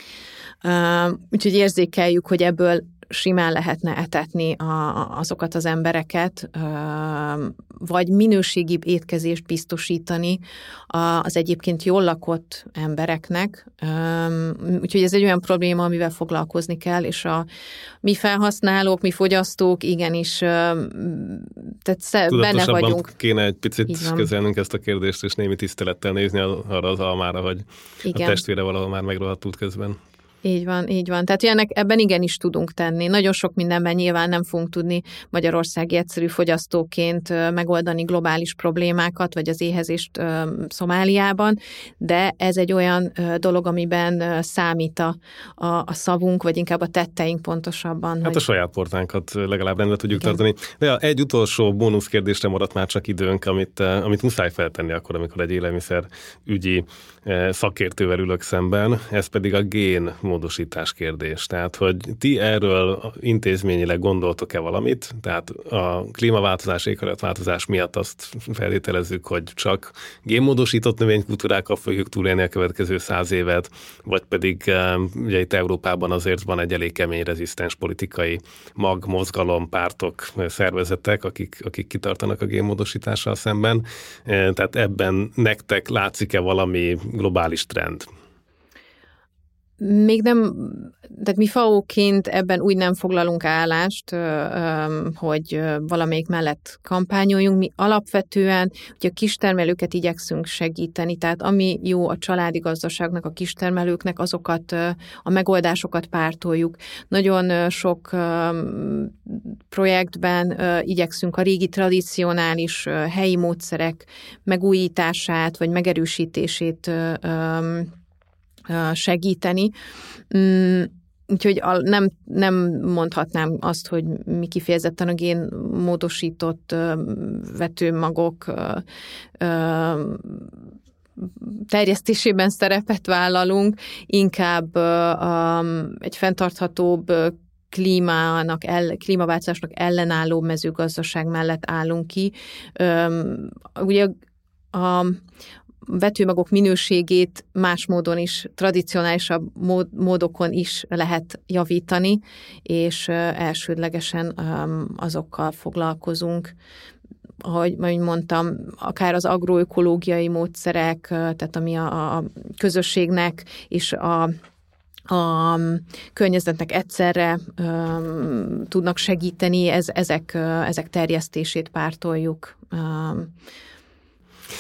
Uh, úgyhogy érzékeljük, hogy ebből simán lehetne etetni a, azokat az embereket, vagy minőségibb étkezést biztosítani az egyébként jól lakott embereknek. Úgyhogy ez egy olyan probléma, amivel foglalkozni kell, és a mi felhasználók, mi fogyasztók igenis tehát benne vagyunk. Kéne egy picit kezelnünk ezt a kérdést, és némi tisztelettel nézni arra az almára, hogy igen. A testvére valahol már megrohadtult közben. Így van, így van. Tehát ennek, ebben igenis tudunk tenni. Nagyon sok mindenben nyilván nem fogunk tudni magyarországi egyszerű fogyasztóként megoldani globális problémákat, vagy az éhezést Szomáliában, de ez egy olyan dolog, amiben számít a, a, a szavunk, vagy inkább a tetteink pontosabban. Hát hogy... a saját portánkat legalább rendben tudjuk igen. tartani. De egy utolsó bónusz kérdésre maradt már csak időnk, amit, amit muszáj feltenni akkor, amikor egy élelmiszer ügyi szakértővel ülök szemben, ez pedig a gén módosítás kérdés. Tehát, hogy ti erről intézményileg gondoltok-e valamit? Tehát a klímaváltozás, éghajlatváltozás miatt azt feltételezzük, hogy csak génmódosított növénykultúrákkal fogjuk túlélni a következő száz évet, vagy pedig ugye itt Európában azért van egy elég kemény rezisztens politikai mag, mozgalom, pártok, szervezetek, akik, akik kitartanak a génmódosítással szemben. Tehát ebben nektek látszik-e valami globális trend? Még nem, tehát mi ef á ó-ként ebben úgy nem foglalunk állást, hogy valamelyik mellett kampányoljunk. Mi alapvetően ugye a kistermelőket igyekszünk segíteni, tehát ami jó a családi gazdaságnak, a kistermelőknek, azokat a megoldásokat pártoljuk. Nagyon sok projektben igyekszünk a régi tradicionális helyi módszerek megújítását, vagy megerősítését segíteni. Úgyhogy nem, nem mondhatnám azt, hogy mi kifejezetten a génmódosított vetőmagok terjesztésében szerepet vállalunk, inkább egy fenntarthatóbb klímának, el, klímaváltozásnak ellenálló mezőgazdaság mellett állunk ki. Ugye a vetőmagok minőségét más módon is, tradicionálisabb mód, módokon is lehet javítani, és elsődlegesen azokkal foglalkozunk. Ahogy mondtam, akár az agroökológiai módszerek, tehát ami a, a közösségnek és a a környezetnek egyszerre um, tudnak segíteni, ez, ezek, ezek terjesztését pártoljuk. Um,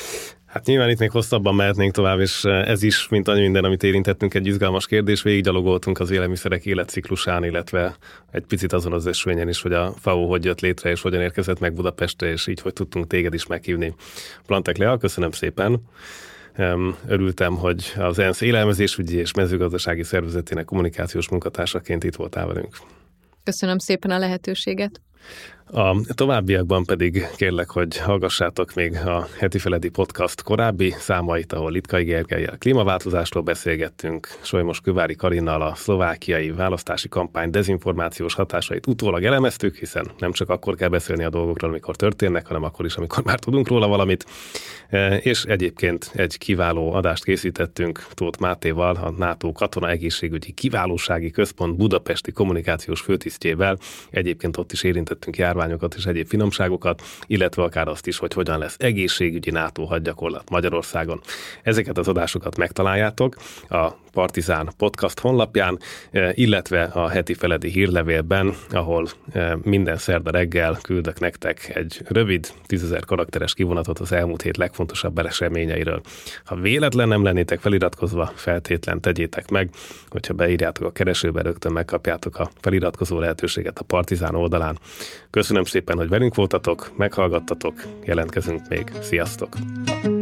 Hát nyilván itt még hosszabban mehetnénk tovább, és ez is, mint annyi minden, amit érintettünk, egy izgalmas kérdés. Végiggyalogoltunk az élelmiszerek életciklusán, illetve egy picit azon az ösvényen is, hogy a ef á o hogy jött létre, és hogyan érkezett meg Budapestre, és így, hogy tudtunk téged is meghívni. Plantek Lea, köszönöm szépen. Örültem, hogy az ENSZ élelmezésügyi és mezőgazdasági szervezetének kommunikációs munkatársaként itt voltál velünk. Köszönöm szépen a lehetőséget. A továbbiakban pedig kérlek, hogy hallgassátok még a Heti Feledi Podcast korábbi számait, ahol Litkai Gergellyel klímaváltozásról beszélgettünk, Solymos Kővári Karinnal a szlovákiai választási kampány dezinformációs hatásait utólag elemeztük, hiszen nem csak akkor kell beszélni a dolgokról, amikor történnek, hanem akkor is, amikor már tudunk róla valamit. És egyébként egy kiváló adást készítettünk Tóth Mátéval, a NATO Katona Egészségügyi Kiválósági Központ budapesti kommunikációs főtisztjével. Egyébként ott is érintettünk járványokat és egyéb finomságokat, illetve akár azt is, hogy hogyan lesz egészségügyi NATO hadgyakorlat Magyarországon. Ezeket az adásokat megtaláljátok a Partizán Podcast honlapján, illetve a Heti Feledi hírlevélben, ahol minden szerda reggel küldök nektek egy rövid, tízezer karakteres kivonatot az elmúlt hét legfontosabb eseményeiről. Ha véletlen nem lennétek feliratkozva, feltétlen tegyétek meg, hogyha beírjátok a keresőbe, rögtön megkapjátok a feliratkozó lehetőséget a Partizán oldalán. Köszönöm szépen, hogy velünk voltatok, meghallgattatok, jelentkezünk még. Sziasztok!